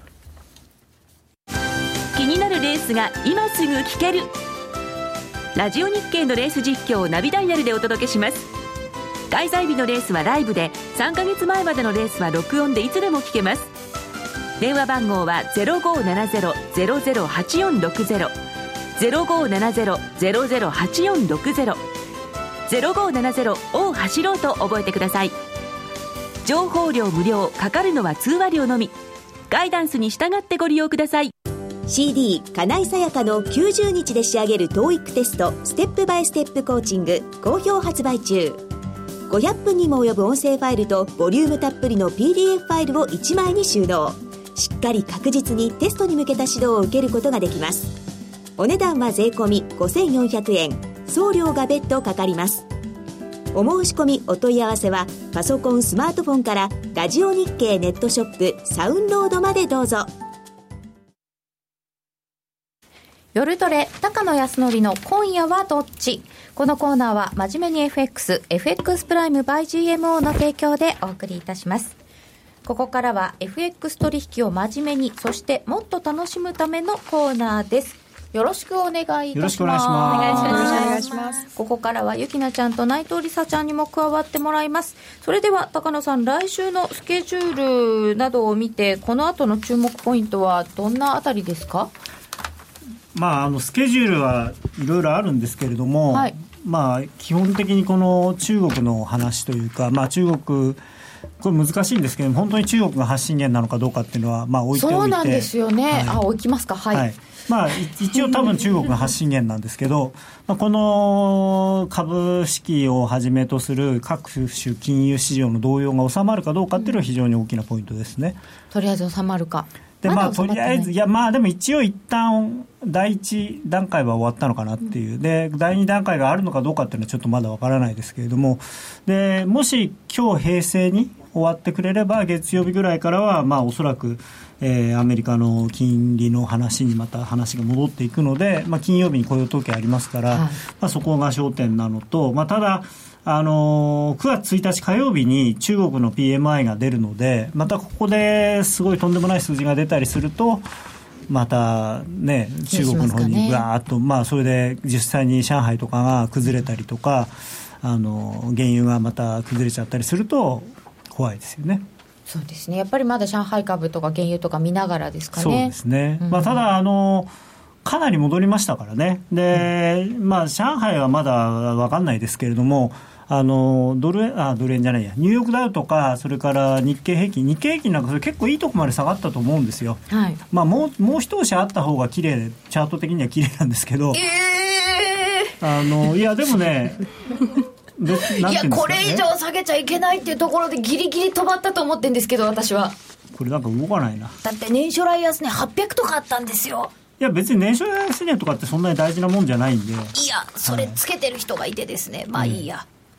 気になるレースが今すぐ聞けるラジオ日経のレース実況をナビダイヤルでお届けします。開催日のレースはライブでさんかげつまえまでのレースは録音でいつでも聞けます。電話番号は ゼロごーななゼロ ゼロゼロはちよんろくゼロ ゼロごーななゼロ ゼロゼロはちよんろくゼロ ゼロごーななゼロを走ろうと覚えてください。情報料無料、かかるのは通話料のみ。ガイダンスに従ってご利用ください。 シーディー 金井さやかのきゅうじゅうにちで仕上げる トーイック テストステップバイステップコーチング好評発売中。ごひゃっぷんにも及ぶ音声ファイルとボリュームたっぷりの ピーディーエフ ファイルをいちまいに収納。しっかり確実にテストに向けた指導を受けることができます。お値段は税込みごせんよんひゃくえん、送料が別途かかります。お申し込みお問い合わせはパソコンスマートフォンからラジオ日経ネットショップサウンロードまでどうぞ。 夜トレ高野康則の今夜はどっち。このコーナーは真面目に エフエックス エフエックス プライム by ジーエムオー の提供でお送りいたします。ここからは エフエックス 取引を真面目にそしてもっと楽しむためのコーナーです。よろしくお願いいたします。よろしくお願いします。お願いします。ここからはゆきなちゃんと内藤梨沙ちゃんにも加わってもらいます。それでは高野さん、来週のスケジュールなどを見てこの後の注目ポイントはどんなあたりですか？ まあ、あのスケジュールはいろいろあるんですけれども、はい、まあ、基本的にこの中国の話というか、まあ、中国これ難しいんですけど本当に中国が発信源なのかどうかっていうのは、まあ、置いておいて。そうなんですよね、はい、あ置きますか、はい、はい、まあ、一応多分中国が発信源なんですけどまあこの株式をはじめとする各種金融市場の動揺が収まるかどうかっていうのは非常に大きなポイントですね。 とりあえず収まるかで、まあ、とりあえずいやまあでも一応一旦第一段階は終わったのかなっていう、で第二段階があるのかどうかっていうのはちょっとまだわからないですけれども、でもし今日平成に終わってくれれば月曜日ぐらいからはまあおそらく、えー、アメリカの金利の話にまた話が戻っていくので、まあ、金曜日に雇用統計ありますから、はい、まあ、そこが焦点なのと、まあ、ただあのくがつついたち火曜日に中国の ピーエムアイ が出るのでまたここですごいとんでもない数字が出たりするとまたね中国の方にバーっと、まあ、それで実際に上海とかが崩れたりとかあの原油がまた崩れちゃったりすると怖いですよね。 そうですね、やっぱりまだ上海株とか原油とか見ながらですかね。 そうですね、うん、まあ、ただあのかなり戻りましたからね。で、うん、まあ、上海はまだ分かんないですけれどもあのドル円、あ、ドル円じゃないやニューヨークダウとかそれから日経平均日経平均なんかそれ結構いいとこまで下がったと思うんですよ、はい、まあ、もう、もう一押しあった方が綺麗チャート的には綺麗なんですけど、えー、あのいやでもねいやこれ以上下げちゃいけないっていうところでギリギリ止まったと思ってるんですけど私はこれなんか動かないな。 だって年初来安値はっぴゃくとかあったんですよ。 いや別に年初来安値とかってそんなに大事なもんじゃないんで。いやそれつけてる人がいてですね、はい、まあいいや、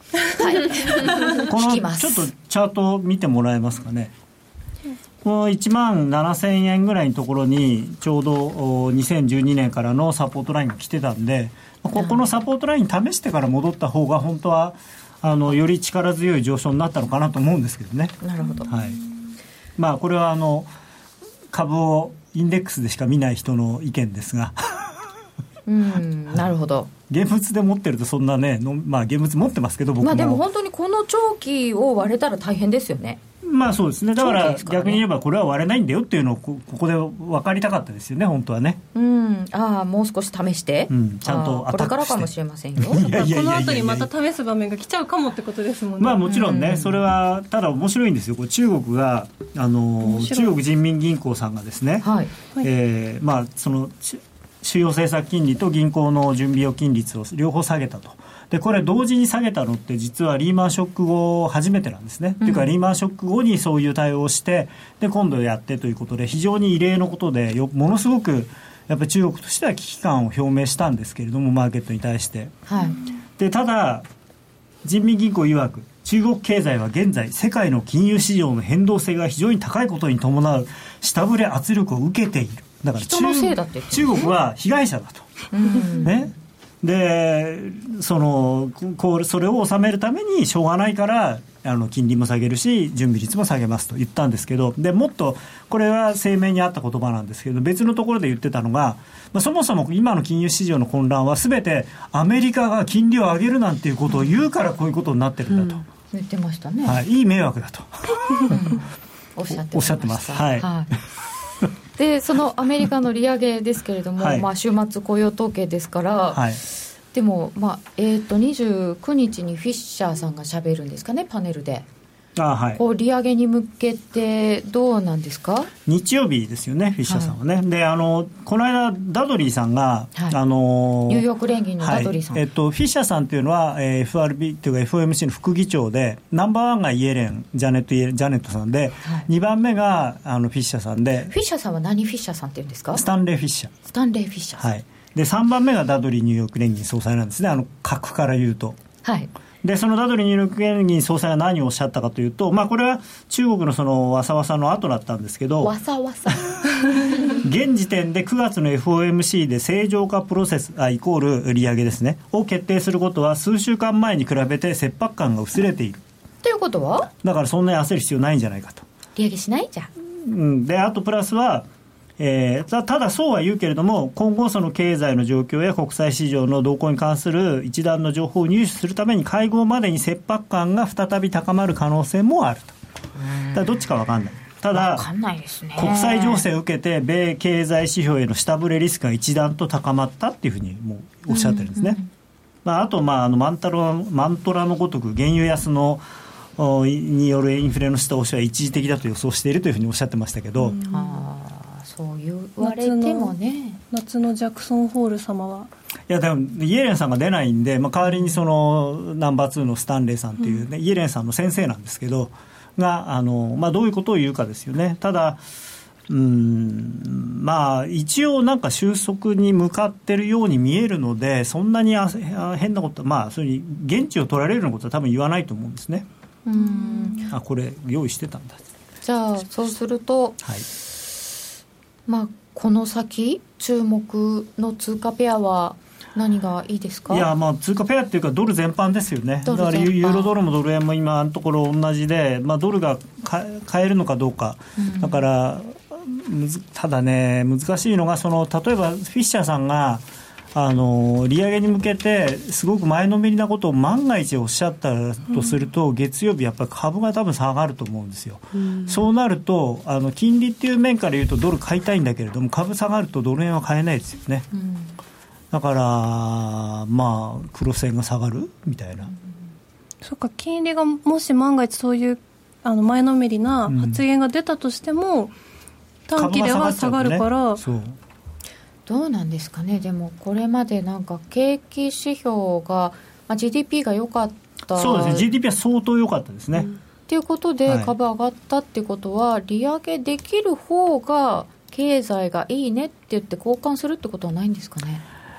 はいこの聞きます。 ちょっとチャートを見てもらえますかね。このいちまんななせんえんぐらいのところにちょうどにせんじゅうにねんからのサポートラインが来てたんで、ここのサポートライン試してから戻った方が本当はあのより力強い上昇になったのかなと思うんですけどね。 なるほど、 はい、まあこれはあの株をインデックスでしか見ない人の意見ですがうんなるほど。 現物で持ってるとそんなねの、まあ、現物持ってますけど僕も、 まあ、でも本当にこの長期を割れたら大変ですよね。 まあそうですね。だから長期ですからね。 逆に言えばこれは割れないんだよっていうのをここで分かりたかったですよね本当はね。 うんああもう少し試して、 うん、ちゃんとアタックしてこれからかもしれませんよ。 いやいやいやいやいやこの後にまた試す場面が来ちゃうかもってことですもんね。 まあもちろんね、それはただ面白いんですよ。これ中国があの中国人民銀行さんがですね、 はいえーまあ、その主要政策金利と銀行の準備預金率を両方下げたと。でこれ同時に下げたのって実はリーマンショック後初めてなんですね、うん、というかリーマンショック後にそういう対応をしてで今度やってということで非常に異例のことでよものすごくやっぱり中国としては危機感を表明したんですけれどもマーケットに対して、はい、でただ人民銀行曰く中国経済は現在世界の金融市場の変動性が非常に高いことに伴う下振れ圧力を受けている。だから 中, 人のせいだって中国は被害者だと、うんね、でそのこうそれを収めるためにしょうがないからあの金利も下げるし準備率も下げますと言ったんですけど、でもっとこれは声明にあった言葉なんですけど別のところで言ってたのが、まあ、そもそも今の金融市場の混乱は全てアメリカが金利を上げるなんていうことを言うからこういうことになってるんだと、うん、 言ってましたね、 はい、いい迷惑だと、 うん、おっしゃってました。 おっしゃってます、はいはいでそのアメリカの利上げですけれども、はいまあ、週末雇用統計ですから、はい、でも、まあえー、とにじゅうくにちにフィッシャーさんがしゃべるんですかねパネルで。あ、はい、こう利上げに向けてどうなんですか。 日曜日ですよねフィッシャーさんはね、はい、であのこの間ダドリーさんが、はい、あのニューヨーク連銀のダドリーさん、 はいえっと、フィッシャーさんというのは、えー、エフアールビー というか エフオーエムシー の副議長でナンバーワンがイエレンジャネットイエレンジャネットさんで、はい、にばんめがあのフィッシャーさんで。 フィッシャーさんは何フィッシャーさんっていうんですか。 スタンレーフィッシャースタンレーフィッシャーさん、 はい、でさんばんめがダドリーニューヨーク連銀総裁なんですね。あの格から言うと、はいでそのダドリーニューヨーク連銀総裁が何をおっしゃったかというと、まあ、これは中国のそのわさわさの後だったんですけどわさわさ現時点でくがつの エフオーエムシー で正常化プロセスあイコール利上げですねを決定することは数週間前に比べて切迫感が薄れているということはだからそんなに焦る必要ないんじゃないかと。 利上げしないじゃん、 うん、であとプラスはえー、た, ただそうは言うけれども今後その経済の状況や国際市場の動向に関する一段の情報を入手するために会合までに切迫感が再び高まる可能性もあると。だからどっちか分かんない。ただ分かんないですね。 国際情勢を受けて米経済指標への下振れリスクが一段と高まったっていうふうにもうおっしゃってるんですね、うんうんまあ、あと、まあ、あのマンタロマントラのごとく原油安のによるインフレの下押しは一時的だと予想しているというふうにおっしゃってましたけど、うんそう言われてもね夏のジャクソンホール様はいやでもイエレンさんが出ないんで、まあ、代わりにそのナンバーツーのスタンレーさんという、ねうん、イエレンさんの先生なんですけどがあの、まあ、どういうことを言うかですよね。ただうーんまあ一応なんか収束に向かってるように見えるのでそんなにあ変なことまあそういう現地を取られるようなことは多分言わないと思うんですね。うーんあこれ用意してたんだ。 じゃあそうすると、はいまあ、この先注目の通貨ペアは何がいいですか。 いや、まあ、通貨ペアっていうかドル全般ですよね。だからユーロドルもドル円も今のところ同じで、まあ、ドルが買えるのかどうか、うん、だからただね難しいのがその例えばフィッシャーさんがあの利上げに向けてすごく前のめりなことを万が一おっしゃったとすると、うん、月曜日やっぱり株が多分下がると思うんですよ、うん、そうなるとあの金利っていう面から言うとドル買いたいんだけれども株下がるとドル円は買えないですよね、うん、だからまあ黒線が下がるみたいな、うん、 そっか金利がもし万が一そういうあの前のめりな発言が出たとしても、うん、短期では下がるから、ね、そうどうなんですかね。でもこれまでなんか景気指標が、まあ、ジーディーピー が良かったそうですね ジーディーピー は相当良かったですね、うん、 っていうことで株上がったってことは、はい、利上げできる方が経済がいいねって言って交換するってことはないんですかね。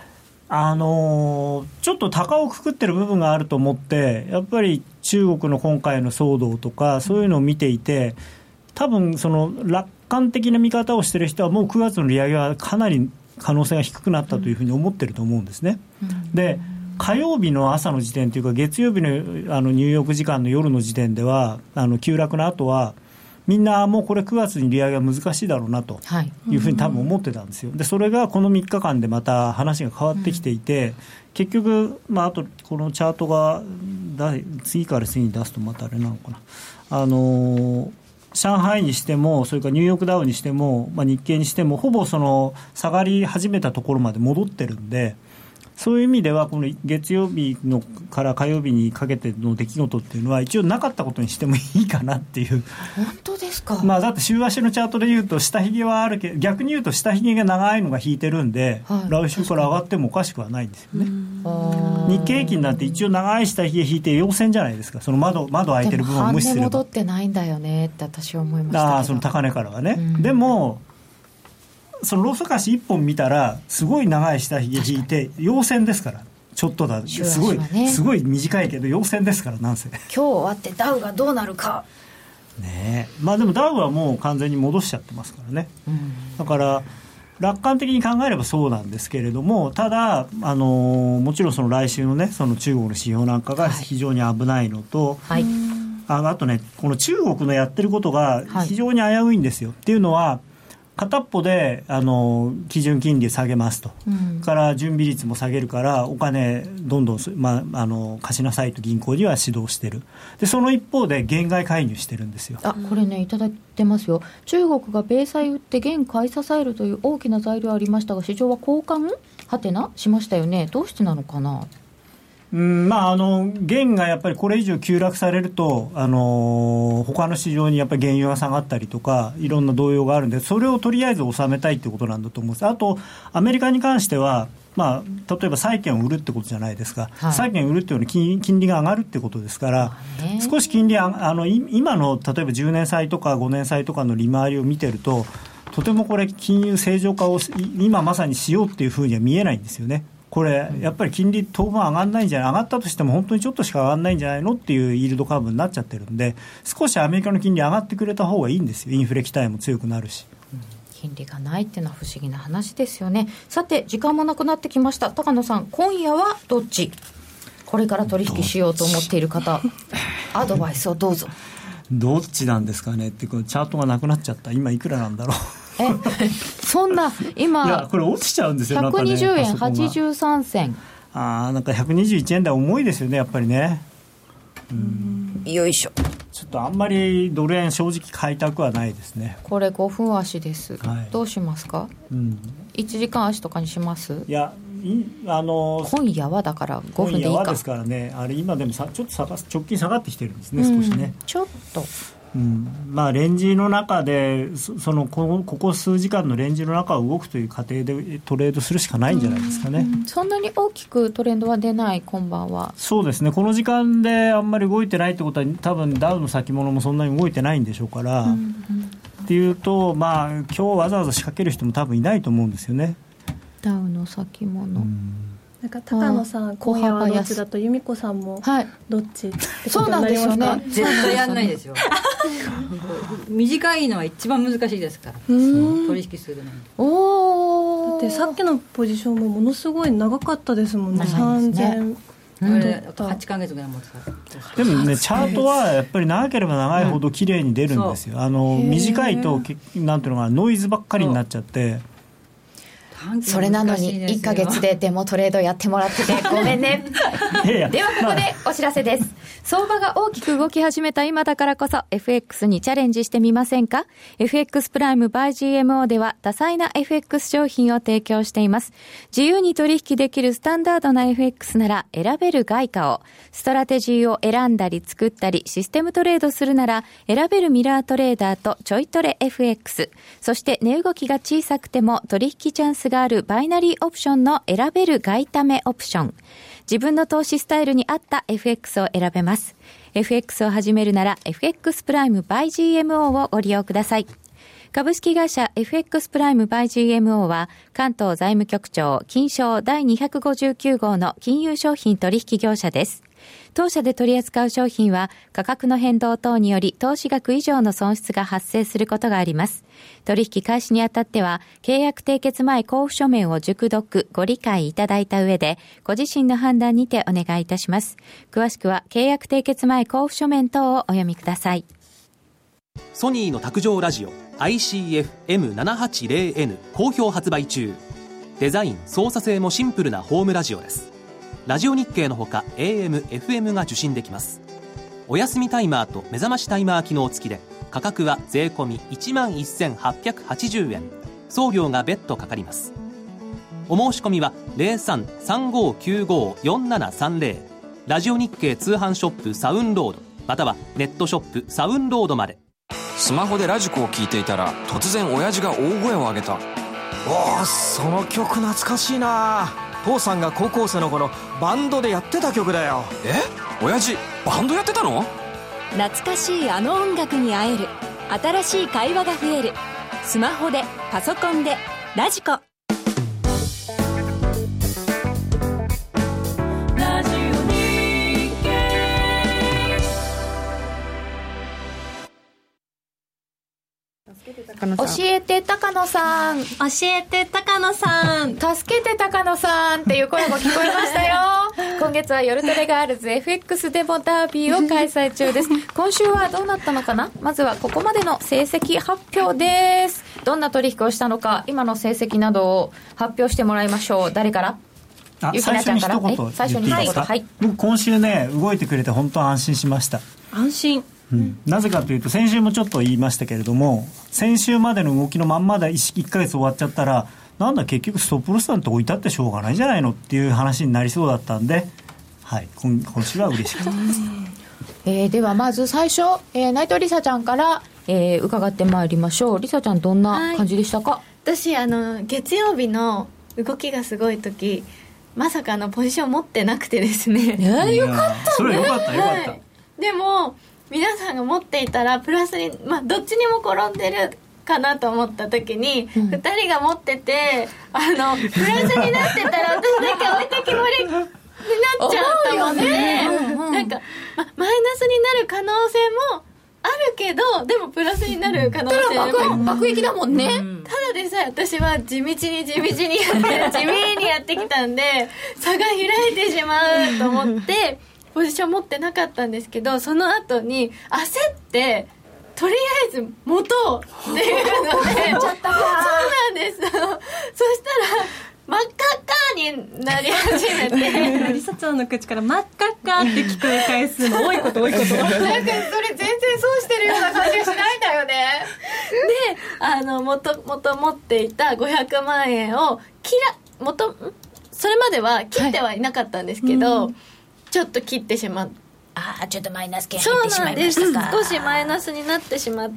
あのー、ちょっと高をくくってる部分があると思って、やっぱり中国の今回の騒動とかそういうのを見ていて、多分その楽観的な見方をしている人はもうくがつの利上げはかなり可能性が低くなったというふうに思ってると思うんですね、うん、で火曜日の朝の時点というか月曜日 の, あのニューヨーク時間の夜の時点ではあの急落の後はみんなもうこれくがつに利上げは難しいだろうなというふうに多分思ってたんですよ。でそれがこのみっかかんでまた話が変わってきていて、うん、結局、まあ、あとこのチャートが次から次に出すとまたあれなのかな、あのー上海にしてもそれからニューヨークダウにしても、まあ、日経にしてもほぼその下がり始めたところまで戻ってるんで、そういう意味ではこの月曜日のから火曜日にかけての出来事っていうのは一応なかったことにしてもいいかなっていう。 本当ですか。 まあ、だって週足のチャートでいうと下髭はあるけど、逆に言うと下髭が長いのが引いてるんで、はい、来週から上がってもおかしくはないんですよね。日経平均なんて一応長い下髭引いて陽線じゃないですか。その 窓, 窓開いてる部分を無視すれば。 でも半値戻ってないんだよねって私は思いましたけど。 あその高値からはね、うん、でもそのローソク足いっぽん見たらすごい長い下髭引いて陽線ですから、ちょっとだ、すごい、ね、すごい短いけど陽線ですから、なんせ今日終わってダウがどうなるかね。えまあでもダウはもう完全に戻しちゃってますからね、うん、だから楽観的に考えればそうなんですけれども、ただ、あのー、もちろんその来週のねその中国の指標なんかが非常に危ないのと、はい、あ, あとねこの中国のやってることが非常に危ういんですよ、はい、っていうのは片っぽであの基準金利下げますと、うん、から準備率も下げるからお金どんどん、まあ、あの貸しなさいと銀行には指導してる。でその一方で限界介入してるんですよ。 あこれねいただいてますよ。中国が米債売って元買い支えるという大きな材料ありましたが市場は交換はてなしましたよね。どうしてなのかな。 うんまあ、あの元がやっぱりこれ以上急落されると、あのー、他の市場にやっぱり原油が下がったりとかいろんな動揺があるんで、それをとりあえず収めたいということなんだと思うんです。あとアメリカに関しては、まあ、例えば債券を売るってことじゃないですか、はい、債券を売るっていうのは 金, 金利が上がるってことですから、少し金利ああの今の例えばじゅうねん債とかごねん債とかの利回りを見てると、とてもこれ金融正常化を今まさにしようっていうふうには見えないんですよね。これやっぱり金利当分上がんないんじゃない、上がったとしても本当にちょっとしか上がんないんじゃないのっていうイールドカーブになっちゃってるんで、少しアメリカの金利上がってくれた方がいいんですよ。インフレ期待も強くなるし、うん、 金利がないっていうのは不思議な話ですよね。さて時間もなくなってきました。高野さん今夜はどっち、これから取引しようと思っている方アドバイスをどうぞ。 どっちなんですかねって、このチャートがなくなっちゃった。今いくらなんだろうえそんな今いやこれ落ちちゃうんですよ。 ひゃくにじゅうえんはちじゅうさんせん。 ああなんかひゃくにじゅういちえん台重いですよねやっぱりね。 うんよいしょ。 ちょっとあんまりドル円正直買いたくはないですね。 これごふん足です、はい、どうしますか、うん、いちじかん足とかにします。 いやいあの今夜はだからごふんでいいか。 今夜はですからね、あれ今でもさちょっと下が直近下がってきてるんですね、少しね、 ちょっとうんまあ、レンジの中で そ, そのここ数時間のレンジの中を動くという過程でトレードするしかないんじゃないですかね。 うん、そんなに大きくトレンドは出ない。今晩はそうですね、この時間であんまり動いてないってことは多分ダウの先物もそんなに動いてないんでしょうから、うんうん、っていうと、まあ、今日わざわざ仕掛ける人も多分いないと思うんですよね。 ダウの先物、うんなんか高野さん今夜はどっちだと由美子さんもどっち、はい、 そうなんですよね。 絶対やんないですよ短いのは一番難しいですから取引するのに。 おだってさっきのポジションもものすごい長かったですもんね。さんぜんこれはちかげつぐらい持ってた。 でもねチャートはやっぱり長ければ長いほど綺麗に出るんですよ、うん、あの短いとなんていうのかなノイズばっかりになっちゃって、 それなのにいっかげつでデモトレードやってもらっててごめんねいやいやではここでお知らせです、まあ、相場が大きく動き始めた今だからこそ エフエックス にチャレンジしてみませんか。 エフエックス プライム by ジーエムオー では多彩な エフエックス 商品を提供しています。自由に取引できるスタンダードな エフエックス なら選べる外貨を、ストラテジーを選んだり作ったりシステムトレードするなら選べるミラートレーダーとちょいトレ エフエックス、 そして値動きが小さくても取引チャンスがあるバイナリーオプションの選べる外為オプション。自分の投資スタイルに合った エフエックス を選べます。 エフエックス を始めるなら エフエックス プライム by ジーエムオー をご利用ください。 株式会社 エフエックス プライム by ジーエムオー は関東財務局長金商だいにひゃくごじゅうきゅう号の金融商品取引業者です。当社で取り扱う商品は価格の変動等により投資額以上の損失が発生することがあります。取引開始にあたっては契約締結前交付書面を熟読ご理解いただいた上でご自身の判断にてお願いいたします。詳しくは契約締結前交付書面等をお読みください。 ソニーの卓上ラジオ アイシーエフエムななはちゼロエヌ 好評発売中。デザイン操作性もシンプルなホームラジオです。ラジオ日経のほか エーエム、エフエム が受信できます。お休みタイマーと目覚ましタイマー機能付きで価格は税込み いちまんせんはっぴゃくはちじゅうえん、送料が別途かかります。お申し込みは ゼロさん さんごきゅうご よんななさんゼロ ラジオ日経通販ショップサウンロードまたはネットショップサウンロードまで。 スマホでラジコを聞いていたら突然親父が大声を上げた。 おー、その曲懐かしいな。父さんが高校生の頃バンドでやってた曲だよ。 え、親父バンドやってたの？ 懐かしいあの音楽に会える。新しい会話が増える。スマホでパソコンでラジコ。ラジオ日経。 教えて高野さん、 教えて高野さん、 助けて高野さんっていう声も聞こえましたよ。今月は夜トレガールズ エフエックス デモダービーを開催中です。今週はどうなったのかな。まずはここまでの成績発表です。どんな取引をしたのか、今の成績などを発表してもらいましょう。誰から？ あ、 ゆきなちゃんから。 最初に一言最初に一言、はい、 僕今週ね動いてくれて本当安心しました。 安心、 うん、なぜかというと先週もちょっと言いましたけれども、先週までの動きのまんまで 1, いっかげつ終わっちゃったらなんだ結局ストップロスなんて置いたってしょうがないじゃないのっていう話になりそうだったんで、はい、今, 今週は嬉しかったです。 えー、ではまず最初、えー、内藤梨沙ちゃんから、えー、伺ってまいりましょう。梨沙ちゃんどんな感じでしたか？はい、 私あの月曜日の動きがすごい時まさかのポジション持ってなくてですね。 いやよかったね。 それよかったよかった、はい、 でも皆さんが持っていたらプラスに、まあ、どっちにも転んでるかなと思った時に、うん、ふたりが持っててあのプラスになってたら私だけ置いてきぼりになっちゃうと思って、なんか、ま、マイナスになる可能性もあるけどでもプラスになる可能性も爆撃だもんね、うん、 ただでさえ私は地道に地道にやって地味にやってきたんで差が開いてしまうと思ってポジション持ってなかったんですけど、その後に焦ってとりあえず持とうっていうのでそうなんです。そしたら真っ赤っかになり始めてリサちゃんの口から真っ赤っかって聞く回数の多いこと多いことなんかそれ全然そうしてるような感じがしないんだよね。であの元々持っていたごひゃくまんえんを切ら元それまでは切ってはいなかったんですけど、はい、ちょっと切ってしまって、 ああちょっとマイナス圏入ってしまいましたか。 そうなんです。少しマイナスになってしまって、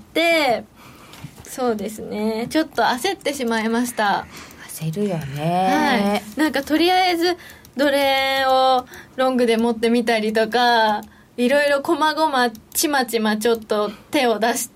そうですね、ちょっと焦ってしまいました。 焦るよね、 はい、なんかとりあえずどれをロングで持ってみたりとかいろいろこまごまちまちまちょっと手を出して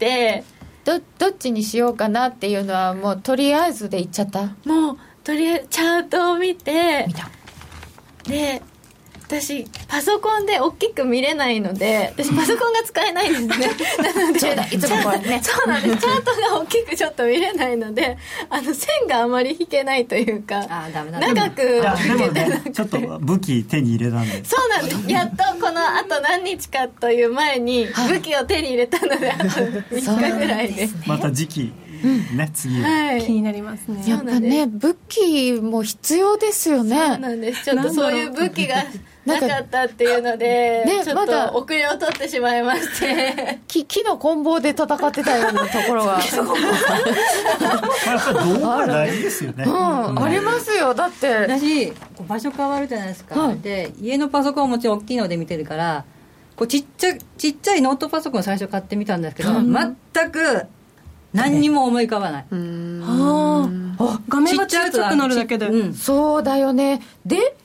ど, どっちにしようかなっていうのはもうとりあえずで言っちゃった。 もうとりあえずチャートを見て見たで私パソコンで大きく見れないので私パソコンが使えないんですねなのでそうだいつもこれねそうなんですチャートが大きくちょっと見れないのであの線があまり引けないというかあダメだ長く引けてなくてちょっと武器手に入れたんでそうなんですやっとこのあと何日かという前に武器を手に入れたので、はい、みっかぐらいで、ね、 また時期ね、次は、 はい、 気になりますね。 やっぱね武器も必要ですよね。 そうなんです。ちょっとそういう武器がなかったっていうので、ね、ちょっと遅れを取ってしまいまして木, 木の棍棒で戦ってたようなところがやっぱり道具は大事ですよね、 うんうん、ありますよ。だって私場所変わるじゃないですか、はい、で家のパソコンはもちろん大きいので見てるからこうちっちゃちっちゃいノートパソコンを最初買ってみたんですけど、うん、全く何にも思い浮かばない、 うん、ああ画面が小さくなるだけで、 うん、そうだよね。で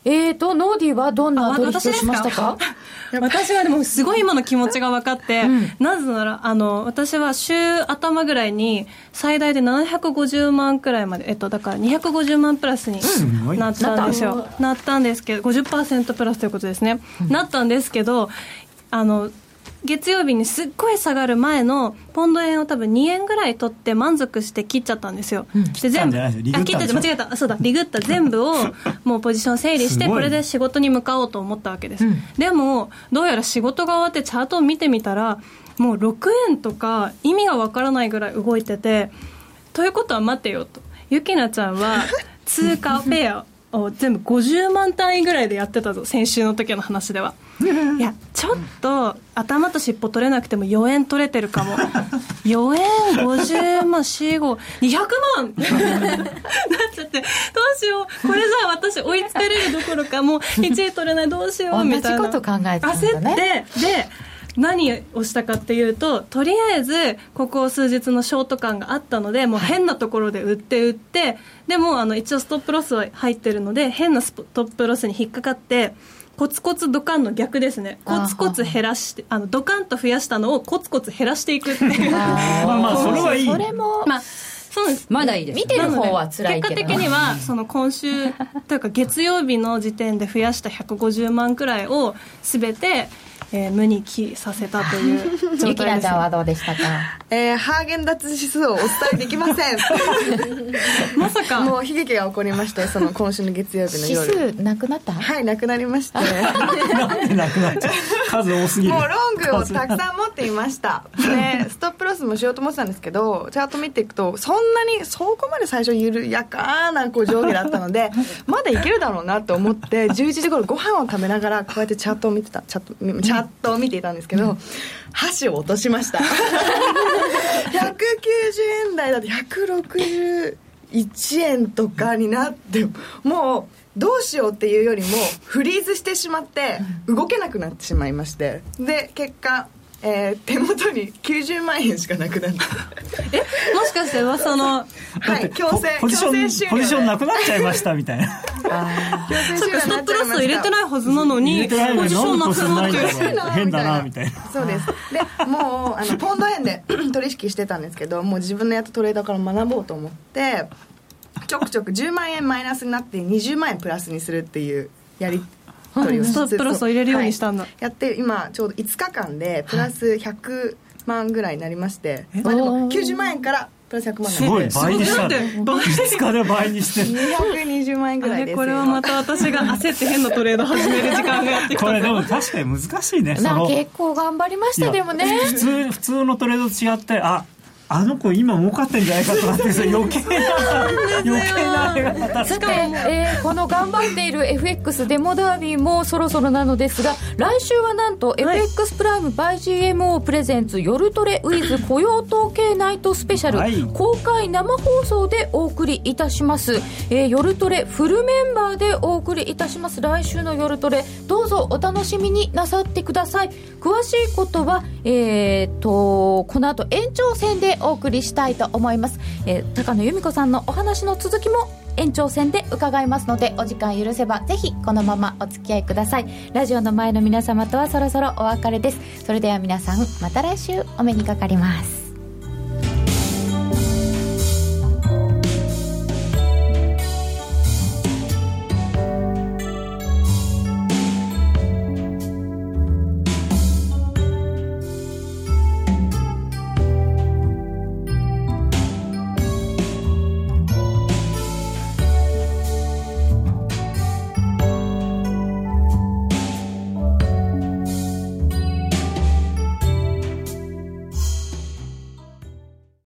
えーとノーディーはどんな取引をしましたか？ 私はでもすごい今の気持ちが分かって、うん、なぜならあの私は週頭ぐらいに最大でななひゃくごじゅうまんくらいまで、えっと、だからにひゃくごじゅうまんプラスになったんですよ、うん、なったんですけど ごじゅっパーセント プラスということですね、うん、なったんですけどあの月曜日にすっごい下がる前のポンド円を多分にえんぐらい取って満足して切っちゃったんですよ、うん、で全部あ切った間違えたそうだリグった全部をもうポジション整理してこれで仕事に向かおうと思ったわけです、うん、でもどうやら仕事が終わってチャートを見てみたらもうろくえんとか意味がわからないぐらい動いててということは待てよとゆきなちゃんは通貨ペアを全部ごじゅうまん単位ぐらいでやってたぞ先週の時の話ではいやちょっと頭と尻尾取れなくてもよえん取れてるかもよえんごじゅうまん よんご にひゃくまんなっちゃってどうしようこれじゃあ私追いつかれるどころかもういちい取れないどうしようみたいな同じこと考えてたんだね。 焦ってで何をしたかっていうととりあえずここ数日のショート感があったのでもう変なところで売って売ってでもあの一応ストップロスは入ってるので変なストップロスに引っかかってコツコツドカンの逆ですねコツコツ減らしてあのドカンと増やしたのをコツコツ減らしていくっていうまあまあそれはいいそれも、 まあそうですまだいいです見てる方は辛いけど結果的にはその今週というか月曜日の時点で増やしたひゃくごじゅうまんくらいを全てえー、無に帰させたという状態です。 ゆきなちゃんはどうでしたか？ えー、ハーゲンダッツ指数をお伝えできませんまさかもう悲劇が起こりましてその今週の月曜日の夜指数なくなった？ はいなくなりましてなんでなくなっちゃう数多すぎるもうロングをたくさん持っていましたでストップロスもしようと思ってたんですけどチャート見ていくとそんなにそこまで最初緩やかなこう上下だったのでまだいけるだろうなと思ってじゅういちじ頃ご飯を食べながらこうやってチャートを見てたチャートチャートを見ていたんですけど、うん、箸を落としましたひゃくきゅうじゅうえん台だってひゃくろくじゅういちえんとかになってもうどうしようっていうよりもフリーズしてしまって動けなくなってしまいましてで結果えー、手元にきゅうじゅうまんえんしかなくなったえもしかして噂のはい強制ポジションポジションなくなっちゃいましたみたいな強制終了になっちゃいましたストップロス入れてないはずなのにポジションなくなって変だなみたいなそうですでもうあのポンド円で取引してたんですけどもう自分のやったトレーダーから学ぼうと思ってちょくちょくじゅうまんえんマイナスになってにじゅうまんえんプラスにするっていうやりストップロスを入れるようにしたんだ、 はい、やって今ちょうどいつかかんでプラスひゃくまんぐらいになりまして、はい、まあ、でもきゅうじゅうまんえんからプラスひゃくまんすごい倍にしたねいつかで倍にしてにひゃくにじゅうまんえんぐらいですこれはまた私が焦って変なトレード始める時間がやってきたこれでも確かに難しいねな結構頑張りましたでもね普通普通のトレードと違ってああの子今儲かってんじゃないかとかって余計な余計なあれがまたさて、えー、この頑張っている エフエックス デモダービーもそろそろなのですが来週はなんと エフエックス プライム by ジーエムオー プレゼンツ夜トレ with 雇用統計ナイトスペシャル、はい、公開生放送でお送りいたします、えー、夜トレフルメンバーでお送りいたします来週の夜トレどうぞお楽しみになさってください詳しいことは、えー、とこの後延長戦でお送りしたいと思います、えー、高野由美子さんのお話の続きも延長戦で伺いますのでお時間許せばぜひこのままお付き合いくださいラジオの前の皆様とはそろそろお別れですそれでは皆さんまた来週お目にかかります